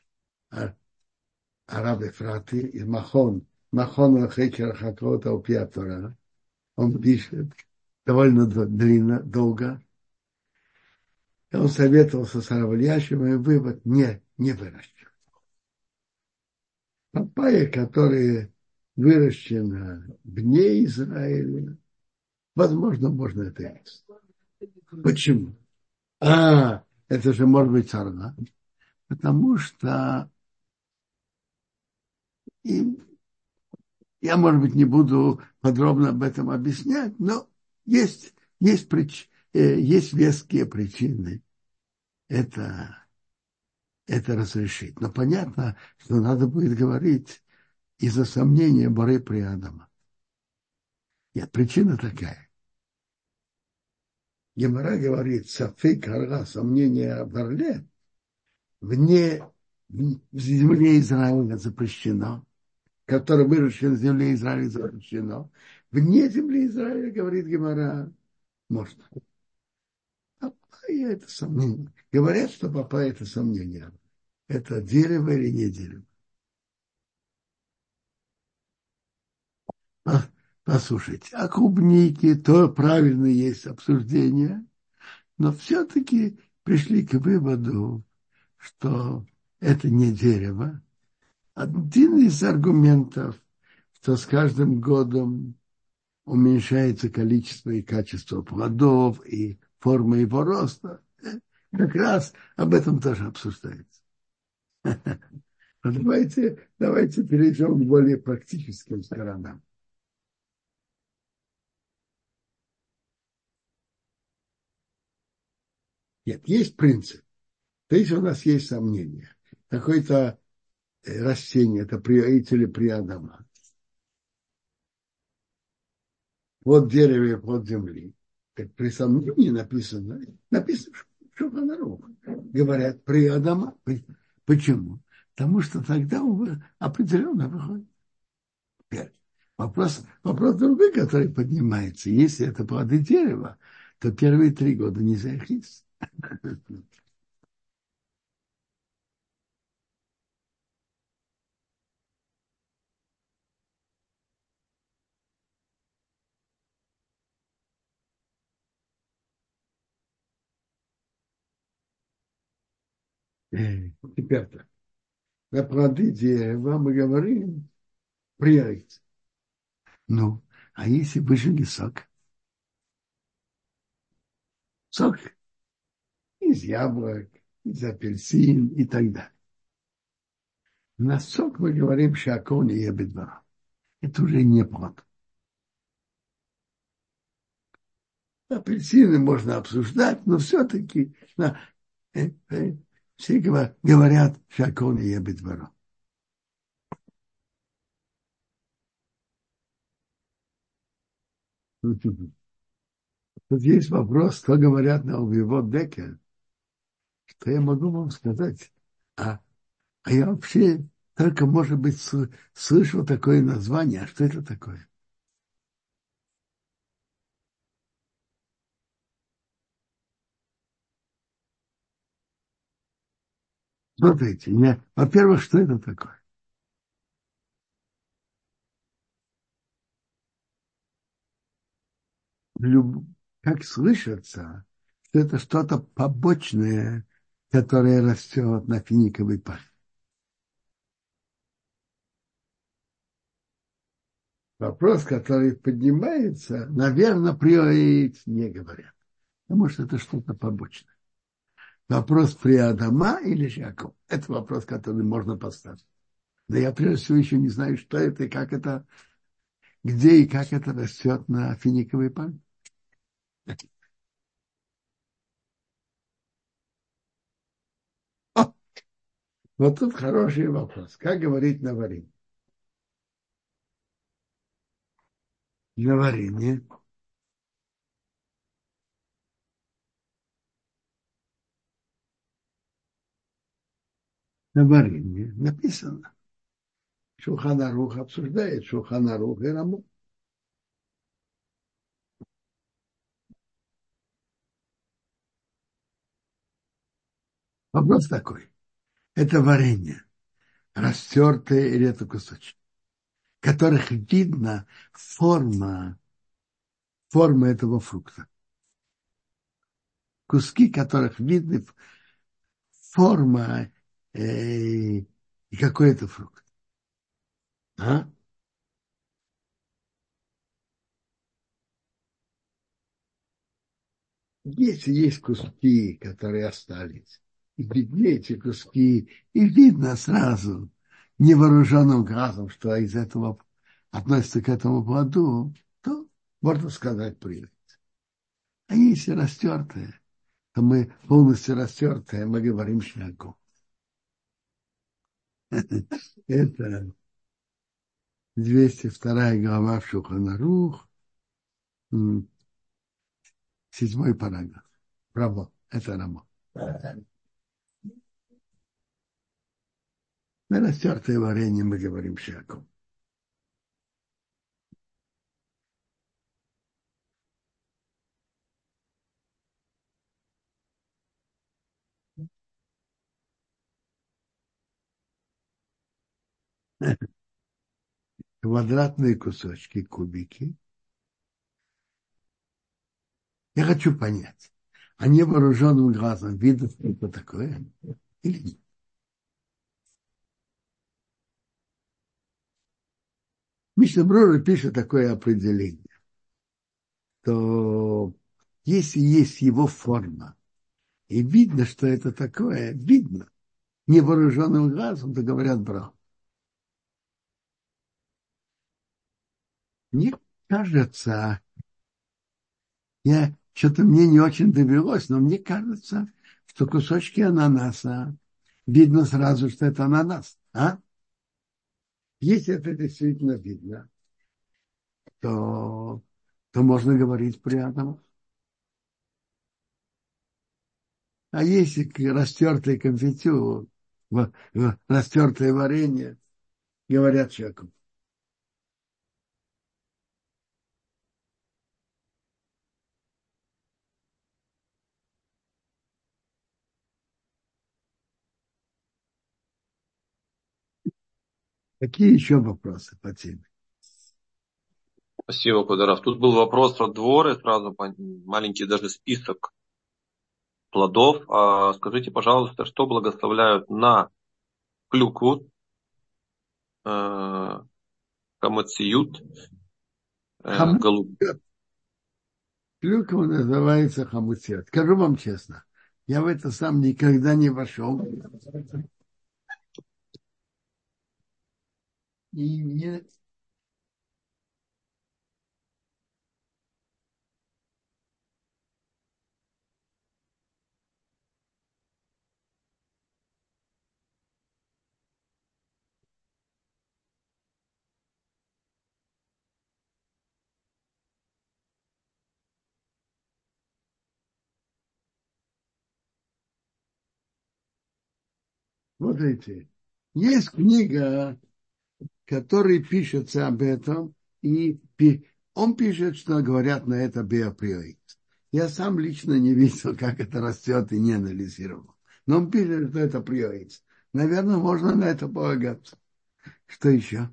[SPEAKER 1] Араб Ефрати из Махон, Махон Хекер Хакота Упиатора. Он пишет довольно длинно, долго. И он советовался с Аравльяшем, и вывод не, не выращивать. Папайя, которая выращена вне Израиля, возможно, можно это есть. Почему? А, это же может быть царна. Потому что и я, может быть, не буду подробно об этом объяснять, но есть, есть, прич, э, есть веские причины это, это разрешить. Но понятно, что надо будет говорить из-за сомнения боры при Адама. Нет, причина такая. Гемара говорит, сафик харга, сомнение о орле, вне в земле Израиля запрещено, который выращен в земле Израиля запрещено. Вне земли Израиля, говорит Гемара, можно. Папайя – это сомнение. Говорят, что папайя – это сомнение. Это дерево или не дерево. Послушайте, о клубнике то правильно есть обсуждение, но все-таки пришли к выводу, что это не дерево. Один из аргументов, что с каждым годом уменьшается количество и качество плодов, и форма его роста, как раз об этом тоже обсуждается. Давайте, давайте перейдем к более практическим сторонам. Нет, есть принцип. То есть у нас есть сомнения. Какое-то растение, это или при Адама. Вот дерево, вот земли. Так при сомнении написано, написано, что Шулхан. Говорят, при Адама. Почему? Потому что тогда он определенно выходит. Теперь вопрос, вопрос другой, который поднимается. Если это плоды дерева, то первые три года нельзя их есть. Э, Теперь так. На плоды дерева мы говорим приоритет. Ну, а если выжили сок? Сок из яблок, из апельсин и так далее. На сок мы говорим шакон и ебедвара. Это уже не плод. Апельсины можно обсуждать, но все-таки да, э, э, все говорят шакон и ебедвара. Тут есть вопрос, что говорят на Увивот Деке, что я могу вам сказать. А, а я вообще только, может быть, слышал такое название. А что это такое? Смотрите, я, во-первых, что это такое? Люб- Как слышится, что это что-то побочное, которое растет на финиковой пальме. Вопрос, который поднимается, наверное, приорит не говорят, потому что это что-то побочное. Вопрос при Адама или Яков? Это вопрос, который можно поставить. Но я прежде всего еще не знаю, что это и как это, где и как это растет на финиковой пальме. О, вот тут хороший вопрос. Как говорить на варенье? На варенье. На варенье написано. Шулхан Арух обсуждает Шулхан Арух и Раму. Вопрос такой. Это варенье, растертое или это кусочки, которых видно форма, форма этого фрукта. Куски, которых видны форма э, и какой это фрукт. А? Если есть куски, которые остались, и видны эти куски, и видно сразу невооруженным глазом, что из этого относится к этому плоду, то можно сказать привет. А если растертое, то мы полностью растертое, мы говорим шляку. Это двести вторая глава в Шулхан Арух, седьмой параграф. Рамо. Это рамо. На растертое варенье мы говорим шляку. Квадратные кусочки, кубики. Я хочу понять, а невооруженным глазом видно, что это такое? Или нет? Мишна Брура пишет такое определение, то если есть его форма, и видно, что это такое, видно, невооруженным глазом, то говорят браво. Мне кажется, я что-то мне не очень довелось, но мне кажется, что кусочки ананаса видно сразу, что это ананас. А? Если это действительно видно, то, то можно говорить при этом. А если растертое конфетю, в- в- растертое варенье, говорят человеку. Какие еще вопросы по теме?
[SPEAKER 2] Спасибо, Кударав. Тут был вопрос про дворы, сразу маленький даже список плодов. А скажите, пожалуйста, что благословляют на клюкву, э, хамациют, э, голубь.
[SPEAKER 1] Хамуцет. Клюква называется хамуцет. Скажу вам честно, я в это сам никогда не вошел. И не, смотрите, есть книга, который пишется об этом, и он пишет, что говорят на это биоприорит. Я сам лично не видел, как это растет, и не анализировал. Но он пишет, что это приорит. Наверное, можно на это полагаться. Что еще?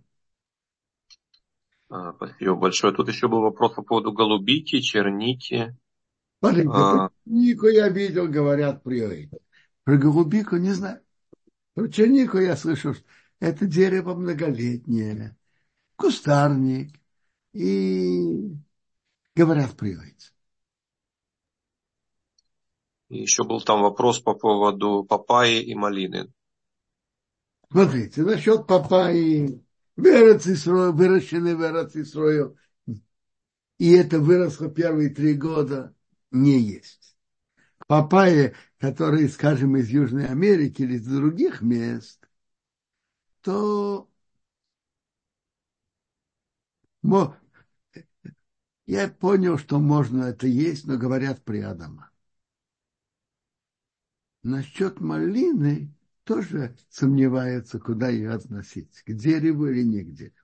[SPEAKER 2] А, спасибо большое. Тут еще был вопрос по поводу голубики, черники.
[SPEAKER 1] Смотрите, про
[SPEAKER 2] А,
[SPEAKER 1] чернику я видел, говорят приорит. Про голубику не знаю. Про чернику я слышу, что это дерево многолетнее, кустарник, и говорят приорит.
[SPEAKER 2] и еще был там вопрос по поводу папайи и малины.
[SPEAKER 1] Смотрите, насчет папайи, выращенный выращенный в Эрец-Исроил, и это выросло первые три года, не есть. Папайи, которые, скажем, из Южной Америки или из других мест, то я понял, что можно это есть, но говорят при Адама. Насчет малины тоже сомневаются, куда ее относить, к дереву или не к дереву.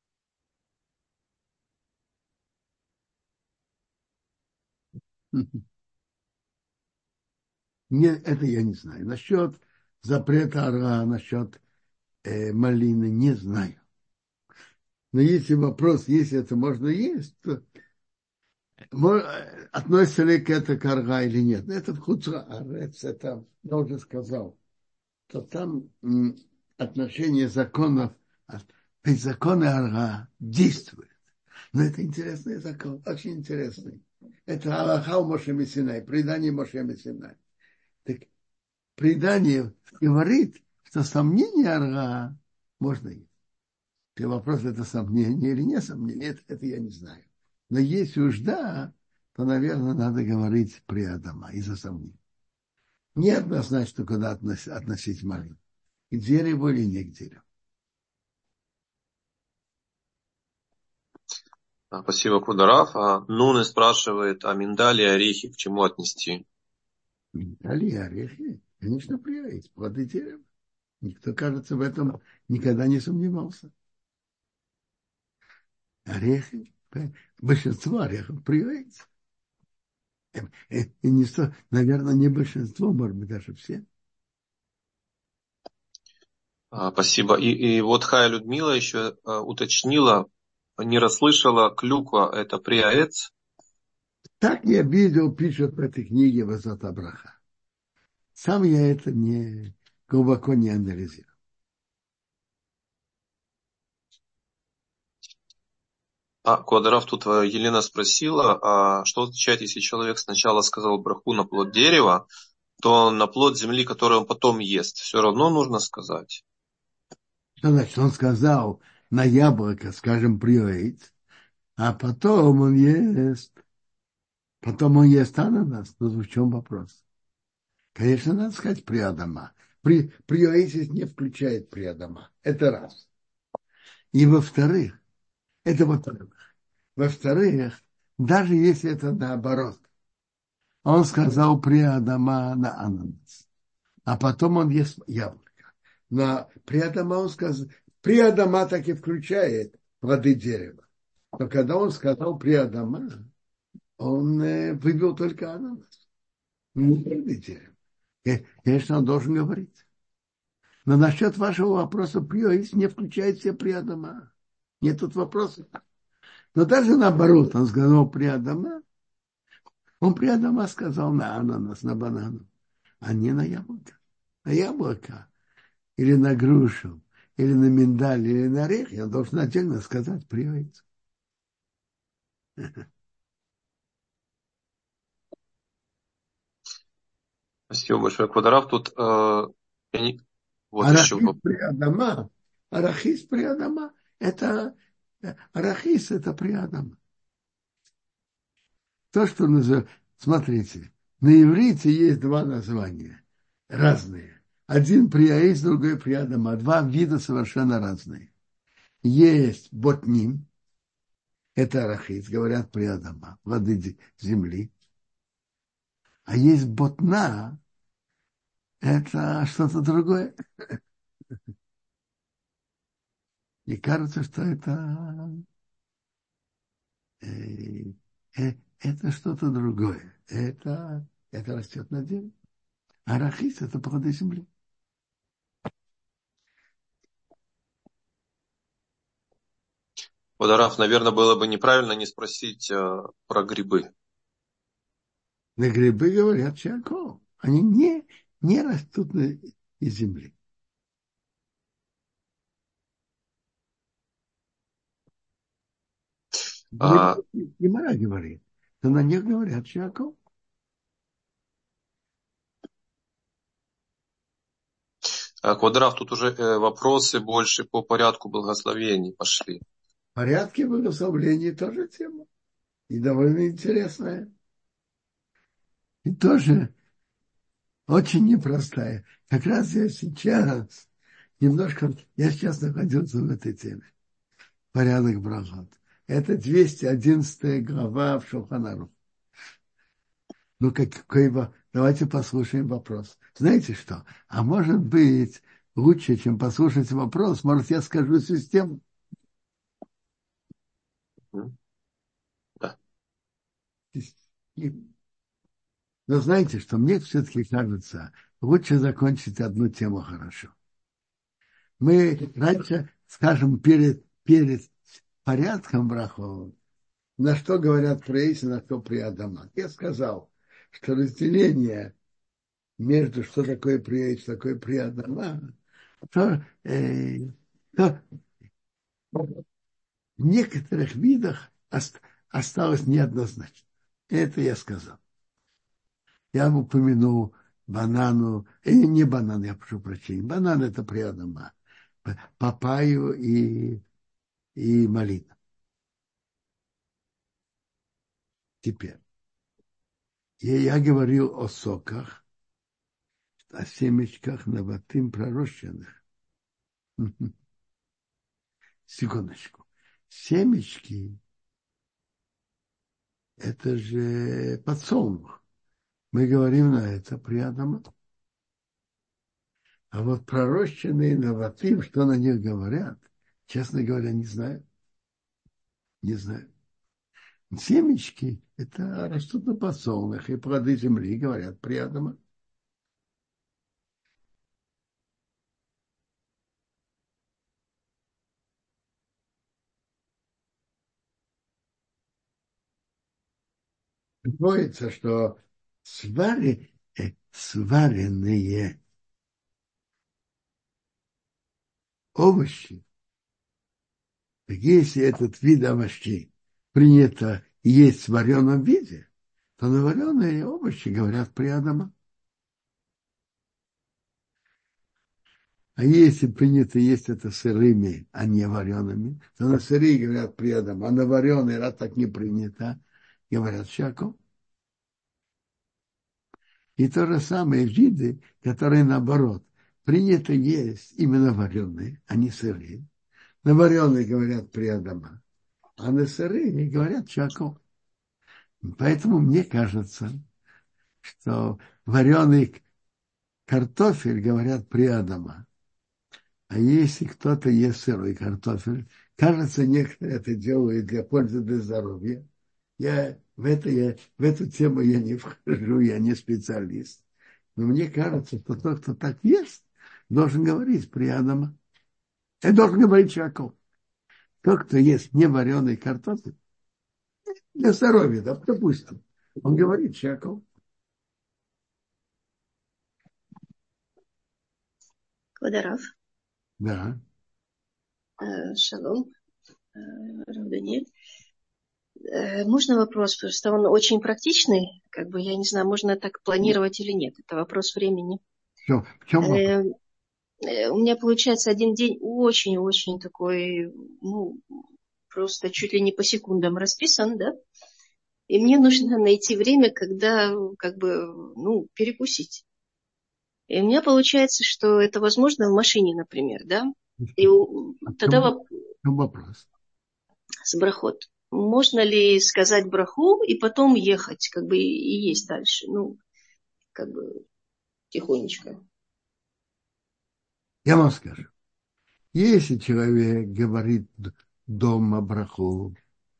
[SPEAKER 1] Нет, это я не знаю. Насчет запрета ора, насчет э, малины не знаю. Но если вопрос, если это можно есть, то мо- э, относится ли к это карга или нет. Это в Хуцра Арец, это я уже сказал, то там м, отношение законов, а, ведь законы Арга действуют. Но это интересный закон, очень интересный. Это Аллаха у Моше Мессинай, предание Моше Мессинай. Так предание говорит, что сомнение Арга можно есть. И вопрос, это сомнение или не сомнение, это, это я не знаю. Но если уж да, то, наверное, надо говорить при Адама из-за сомнений. Неоднозначно, куда относить, относить малину. К дереву или не к дереву.
[SPEAKER 2] А, спасибо, Кударав. А, Нуны спрашивает, а миндали и орехи к чему отнести?
[SPEAKER 1] Миндали и орехи, конечно, приятно. Плоды дерева. Никто, кажется, в этом никогда не сомневался. Орехи, большинство орехов приводится. И не сто, наверное, не большинство, может быть, даже все.
[SPEAKER 2] А, спасибо. И, и вот Хая Людмила еще а, уточнила, не расслышала, клюква это приаэц.
[SPEAKER 1] Так я видел, пишет в этой книге Вазот Абраха. Сам я это не глубоко не анализирую.
[SPEAKER 2] А, Кударав, тут э, Елена спросила, а что означает, если человек сначала сказал браху на плод дерева, то на плод земли, который он потом ест, все равно нужно сказать?
[SPEAKER 1] Что значит? Он сказал на яблоко, скажем, приоид, а потом он ест, потом он ест ананас. Ну, в чем вопрос? Конечно, надо сказать приадама. При, приоидис не включает приадама. Это раз. И во-вторых, это во-первых. Во-вторых, даже если это наоборот, он сказал приадама на ананас, а потом он ест яблоко. На приадама он сказал, приадама так и включает плоды дерева. Но когда он сказал приадама, он э, вывел только ананас. Не плоды дерева. И, конечно, он должен говорить. Но насчет вашего вопроса приоис не включает все приадама. Нет тут вопроса. Но даже наоборот, он сказал приадама, он приадама сказал на ананас, на банан, а не на яблоко. На яблоко или на грушу, или на миндаль, или на орех, я должен отдельно сказать приоис.
[SPEAKER 2] Спасибо большое, Квадорав. Тут э, я не- вот еще
[SPEAKER 1] Арахис
[SPEAKER 2] вопрос.
[SPEAKER 1] приадама, арахис приадама, это арахис, это приадама. То, что называется, смотрите, на иврите есть два названия, разные. Один приаис, другой приадама, два вида совершенно разные. Есть ботним, это арахис, говорят приадама, воды земли. А есть ботна, это что-то другое. И кажется, что это, э, э, это что-то другое. Это, это растет на дереве. Арахис – это плоды земли.
[SPEAKER 2] Квадорав, наверное, было бы неправильно не спросить э, про грибы.
[SPEAKER 1] На грибы говорят чакол. Они не, не растут на, из земли.
[SPEAKER 2] А,
[SPEAKER 1] Грибы, Гемара говорит, что на них говорят чакол.
[SPEAKER 2] а, Квадорав, тут уже э, вопросы больше по порядку благословений пошли.
[SPEAKER 1] В порядке благословения тоже тема. И довольно интересная. И тоже очень непростая. Как раз я сейчас немножко, я сейчас находился в этой теме. Порядок брахот. Это двести одиннадцатая глава в Шулхан. Ну, как, какой, давайте послушаем вопрос. Знаете что? А может быть, лучше, чем послушать вопрос, может, я скажу систему?
[SPEAKER 2] М? Да.
[SPEAKER 1] Но знаете, что мне все-таки кажется, лучше закончить одну тему хорошо. Мы раньше, скажем, перед, перед порядком брахов, на что говорят при Эйсе, на что при Адамах. Я сказал, что разделение между что такое при Эйсе, что такое при Адамах, то, э, то в некоторых видах ост- осталось неоднозначно. Это я сказал. Я упомянул банану, э, не банан, я прошу прощения, банан это при Адамах, папайю и, и малину. Теперь, я, я говорил о соках, о семечках наватым пророщенных. Секундочку. Семечки – это же подсолнух. Мы говорим на это при Адама. А вот пророщенные наватым, что на них говорят, честно говоря, не знаю. Не знаю. Семечки – это растут на подсолнухах, и плоды земли говорят при Адама. Говорится, что свари, э, сваренные овощи, так если этот вид овощей принято есть в вареном виде, то на вареные овощи говорят при Адама. А если принято есть это сырыми, а не вареными, то на сырые говорят при Адама, а на вареные, раз так не принято, говорят щаку. И то же самое виды, которые наоборот, принято есть именно вареные, а не сырые. На вареные говорят при Адама, а на сырые говорят щаку. Поэтому мне кажется, что вареный картофель, говорят, при Адама. А если кто-то ест сырой картофель, кажется, некоторые это делают для пользы для здоровья. Я в, это, я, в эту тему я не вхожу, я не специалист. Но мне кажется, что тот, кто так ест, должен говорить при Адама. Это должен говорить Яков. Тот, кто ест не вареный картофель, для здоровья, да, допустим, он говорит Яков.
[SPEAKER 3] Квадарав.
[SPEAKER 1] Да.
[SPEAKER 3] Шалом. Рав Даниэль. Можно вопрос? Просто он очень практичный. Как бы, я не знаю, можно так планировать или нет. Это вопрос времени.
[SPEAKER 1] Все, в чем вопрос?
[SPEAKER 3] У меня получается один день очень-очень такой, ну, просто чуть ли не по секундам расписан, да? И мне нужно найти время, когда, как бы, ну, перекусить. И у меня получается, что это возможно в машине, например, да? И
[SPEAKER 1] А
[SPEAKER 3] тогда
[SPEAKER 1] в чем вопрос?
[SPEAKER 3] С брахот. Можно ли сказать браху и потом ехать, как бы, и есть дальше? Ну, как бы, тихонечко.
[SPEAKER 1] Я вам скажу. Если человек говорит дома браху,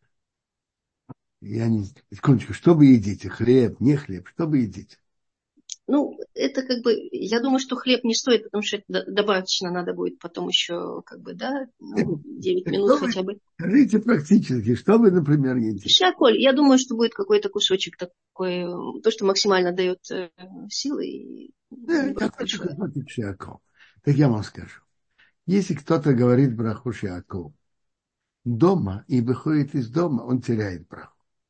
[SPEAKER 1] я не знаю, секундочку, что вы едите? Хлеб, не хлеб, что вы едите?
[SPEAKER 3] Ну, это как бы, я думаю, что хлеб не стоит, потому что это добавочно надо будет потом еще, как бы, да, ну, девять
[SPEAKER 1] Так
[SPEAKER 3] минут
[SPEAKER 1] что вы,
[SPEAKER 3] хотя бы.
[SPEAKER 1] скажите практически, что вы, например, едите?
[SPEAKER 3] Шаколь, я думаю, что будет какой-то кусочек такой, то, что максимально дает э, силы. И
[SPEAKER 1] Да, какой-то кусочек шиаков. Так я вам скажу. Если кто-то говорит браху шиаков дома и выходит из дома, он теряет браху.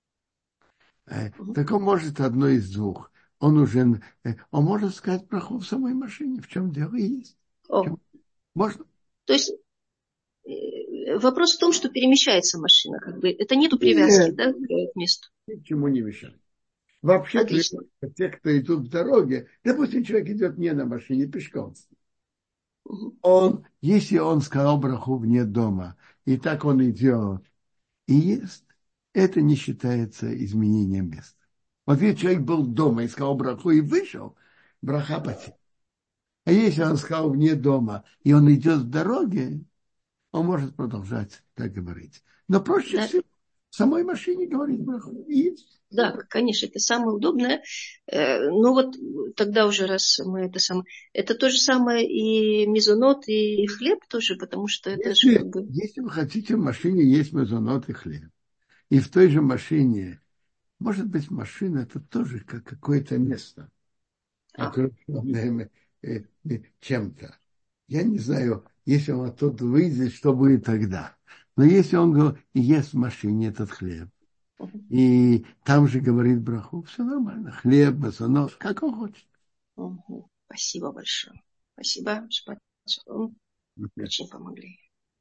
[SPEAKER 1] Так он может одно из двух. Он уже, он может сказать браху в самой машине. В чем дело есть? В чем? Можно?
[SPEAKER 3] То есть вопрос в том, что перемещается машина, как бы. Это нету привязки, Нет. Да, к месту.
[SPEAKER 1] Ничему не мешает. Вообще, те, кто идут в дороге, допустим, человек идет не на машине, пешком. Угу. Он, если он сказал браху вне дома, и так он идет и ест, это не считается изменением места. Вот если человек был дома и сказал браху и вышел, браха потерял. А если он сказал вне дома, и он идет в дороге, он может продолжать так говорить. Но проще да. всего в самой машине говорить браху. И...
[SPEAKER 3] Да, конечно, это самое удобное. Ну вот тогда уже, раз мы это самое... Это то же самое и мезонот, и хлеб тоже, потому что это
[SPEAKER 1] если,
[SPEAKER 3] же как бы...
[SPEAKER 1] Если вы хотите в машине есть мезонот и хлеб, и в той же машине, может быть, машина это тоже как какое-то место, окруженное чем-то. Я не знаю, если он оттуда выйдет, что будет тогда. Но если он ест в машине этот хлеб, и там же говорит браху, все нормально. Хлеб, мезонот, как он хочет.
[SPEAKER 3] Угу. Спасибо большое. Спасибо. Очень помогли.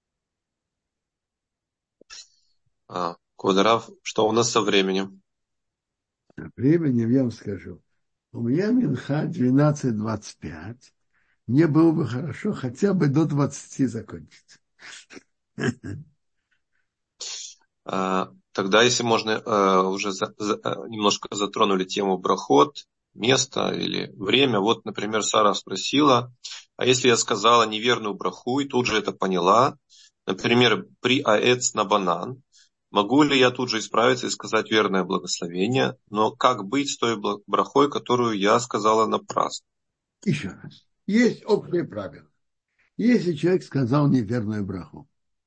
[SPEAKER 2] А, Квадарав, что у нас со временем?
[SPEAKER 1] Временем я вам скажу. У меня минха двенадцать двадцать пять. Мне было бы хорошо хотя бы до двадцати закончить.
[SPEAKER 2] А, тогда, если можно, уже за, за, немножко затронули тему брахот, место или время. Вот, например, Сара спросила, а если я сказала неверную браху и тут же это поняла, например, при аэц на банан, могу ли я тут же исправиться и сказать верное благословение, но как быть с той брахой, которую я сказала напрасно?
[SPEAKER 1] Еще раз. Есть общее правило. Если человек сказал неверную браху,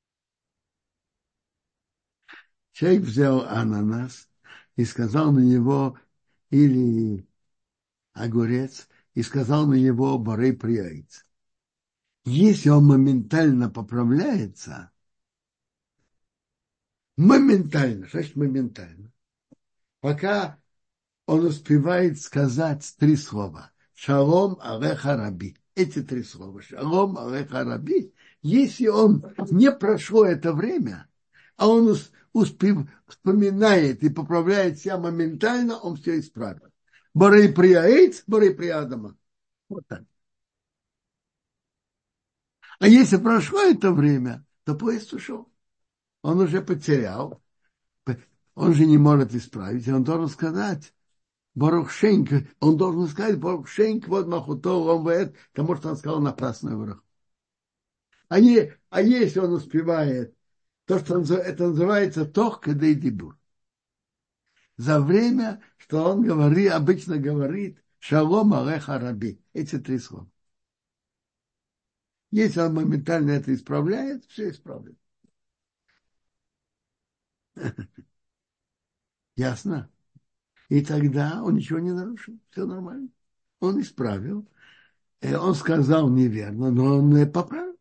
[SPEAKER 1] человек взял ананас и сказал на него, или огурец, и сказал на него борей прияйц. Если он моментально поправляется, моментально, что значит моментально? Пока он успевает сказать три слова. Шалом алеха раби. Эти три слова. Шалом алеха раби. Если он не прошло это время, а он успев, вспоминает и поправляет себя моментально, он все исправит. Борей прияэйц, борей приадама. Вот так. А если прошло это время, то поезд ушел. Он уже потерял. Он же не может исправить. Он должен сказать Барухшенька, он должен сказать Барухшенька, вот Махутов, он говорит, потому что он сказал напрасную браху. А, не, а если он успевает, то, что он, это называется тох кадей дибур. За время, что он говорит, обычно говорит, шалом алеха раби. Эти три слова. Если он моментально это исправляет, все исправляет. Ясно? И тогда он ничего не нарушил. Все нормально. Он исправил. И он сказал неверно, но он не поправил.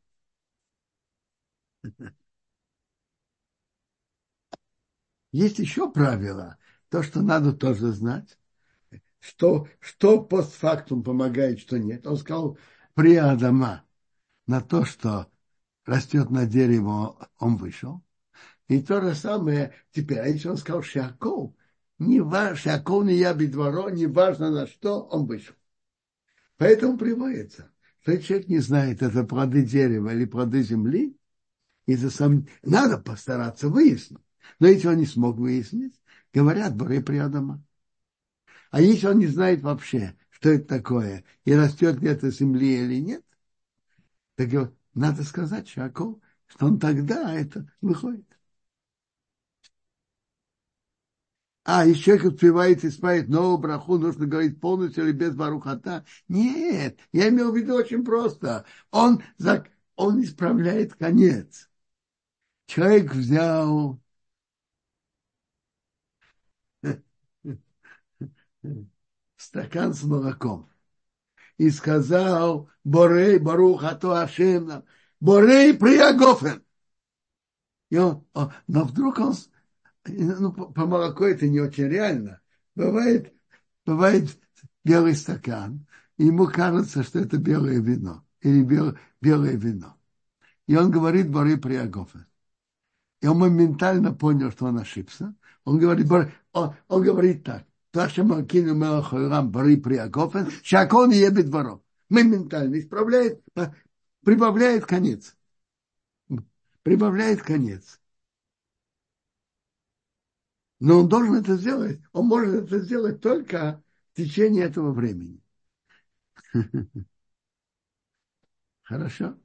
[SPEAKER 1] Есть еще правила. То, что надо тоже знать. Что, что постфактум помогает, что нет. Он сказал при Адама на то, что растет на дереве, он вышел. И то же самое теперь. А если он сказал Шиаков, не важно, Шиаков не я бедворо, не важно на что он вышел. Поэтому приводится, что человек не знает, это плоды дерева или плоды земли, и за сам... надо постараться выяснить. Но если он не смог выяснить, говорят, боры при Адама. А если он не знает вообще, что это такое, и растет ли это земли или нет, так надо сказать Шиаков, что он тогда это выходит. А, если человек успевает исправить новую браху, нужно говорить полностью или без барухата. Нет, я имел в виду очень просто. Он, он исправляет конец. Человек взял стакан с молоком и сказал: Борей, барухато Ашем, Борей приягофен. И он, но вдруг он, ну, по молоку это не очень реально. Бывает, бывает белый стакан, и ему кажется, что это белое вино, или бел, белое вино. И он говорит Борей приягофен. И он моментально понял, что он ошибся. Он говорит, он, он говорит так: моментально исправляет, прибавляет конец. Прибавляет конец. Но он должен это сделать. Он может это сделать только в течение этого времени. Хорошо?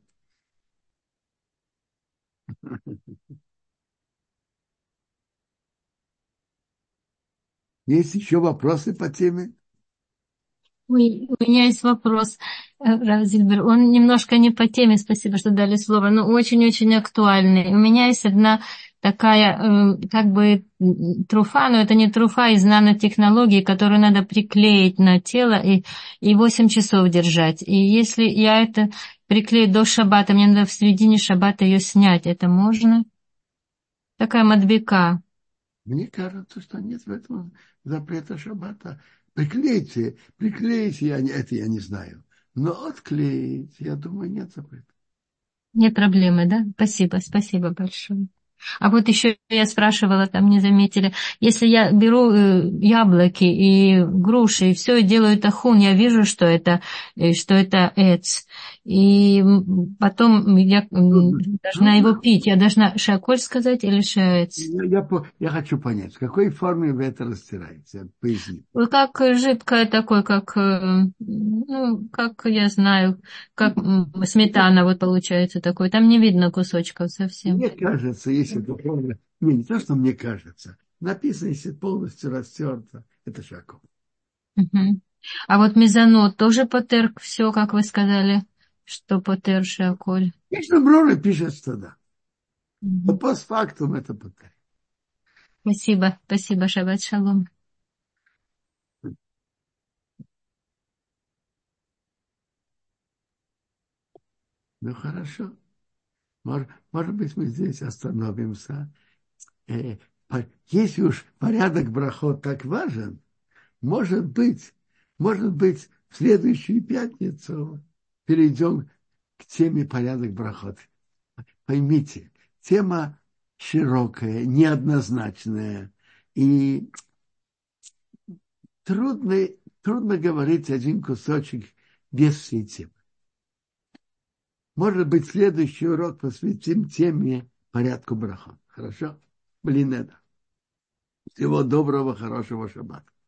[SPEAKER 1] Есть еще вопросы по теме?
[SPEAKER 4] Ой, у меня есть вопрос, Рав Зильбер. Он немножко не по теме, спасибо, что дали слово, но очень-очень актуальный. У меня есть одна такая, как бы, труфа, но это не труфа из нанотехнологий, которую надо приклеить на тело и, и восемь часов держать. И если я это приклею до шаббата, мне надо в середине шаббата ее снять, это можно? Такая мадбека.
[SPEAKER 1] Мне кажется, что нет в этом запрета шаббата. Приклейте, приклеить, я, это я не знаю. Но отклеить, я думаю, нет запрета.
[SPEAKER 4] Нет проблемы, да? Спасибо, спасибо большое. А вот еще я спрашивала, там не заметили, если я беру яблоки и груши, и все, и делаю тахун, я вижу, что это, что это эц. И потом я должна его пить. Я должна шаколь сказать или шаэц?
[SPEAKER 1] Я, я, я хочу понять, в какой форме вы это растираете? Поясните.
[SPEAKER 4] Как жидкое такое, как, ну, как я знаю, как сметана вот получается такой. Там не видно кусочков совсем.
[SPEAKER 1] Мне кажется, если это форма... Не, не то, что мне кажется. Написано, если полностью растерто, это шаколь.
[SPEAKER 4] Угу. А вот мезонот тоже потер, все, как вы сказали, что потер шаколь.
[SPEAKER 1] Конечно, Броля пишет, что да.
[SPEAKER 4] Угу.
[SPEAKER 1] Но постфактум это потер.
[SPEAKER 4] Спасибо, спасибо, шаббат шалом.
[SPEAKER 1] Ну, хорошо. Может, может быть, мы здесь остановимся. Э, если уж порядок брахот так важен, может быть, может быть, в следующую пятницу перейдем к теме порядок брахот. Поймите, тема широкая, неоднозначная, и трудно, трудно говорить один кусочек без всей темы. Может быть, следующий урок посвятим теме порядку брахот. Хорошо? Блин, это. Всего доброго, хорошего шаббата.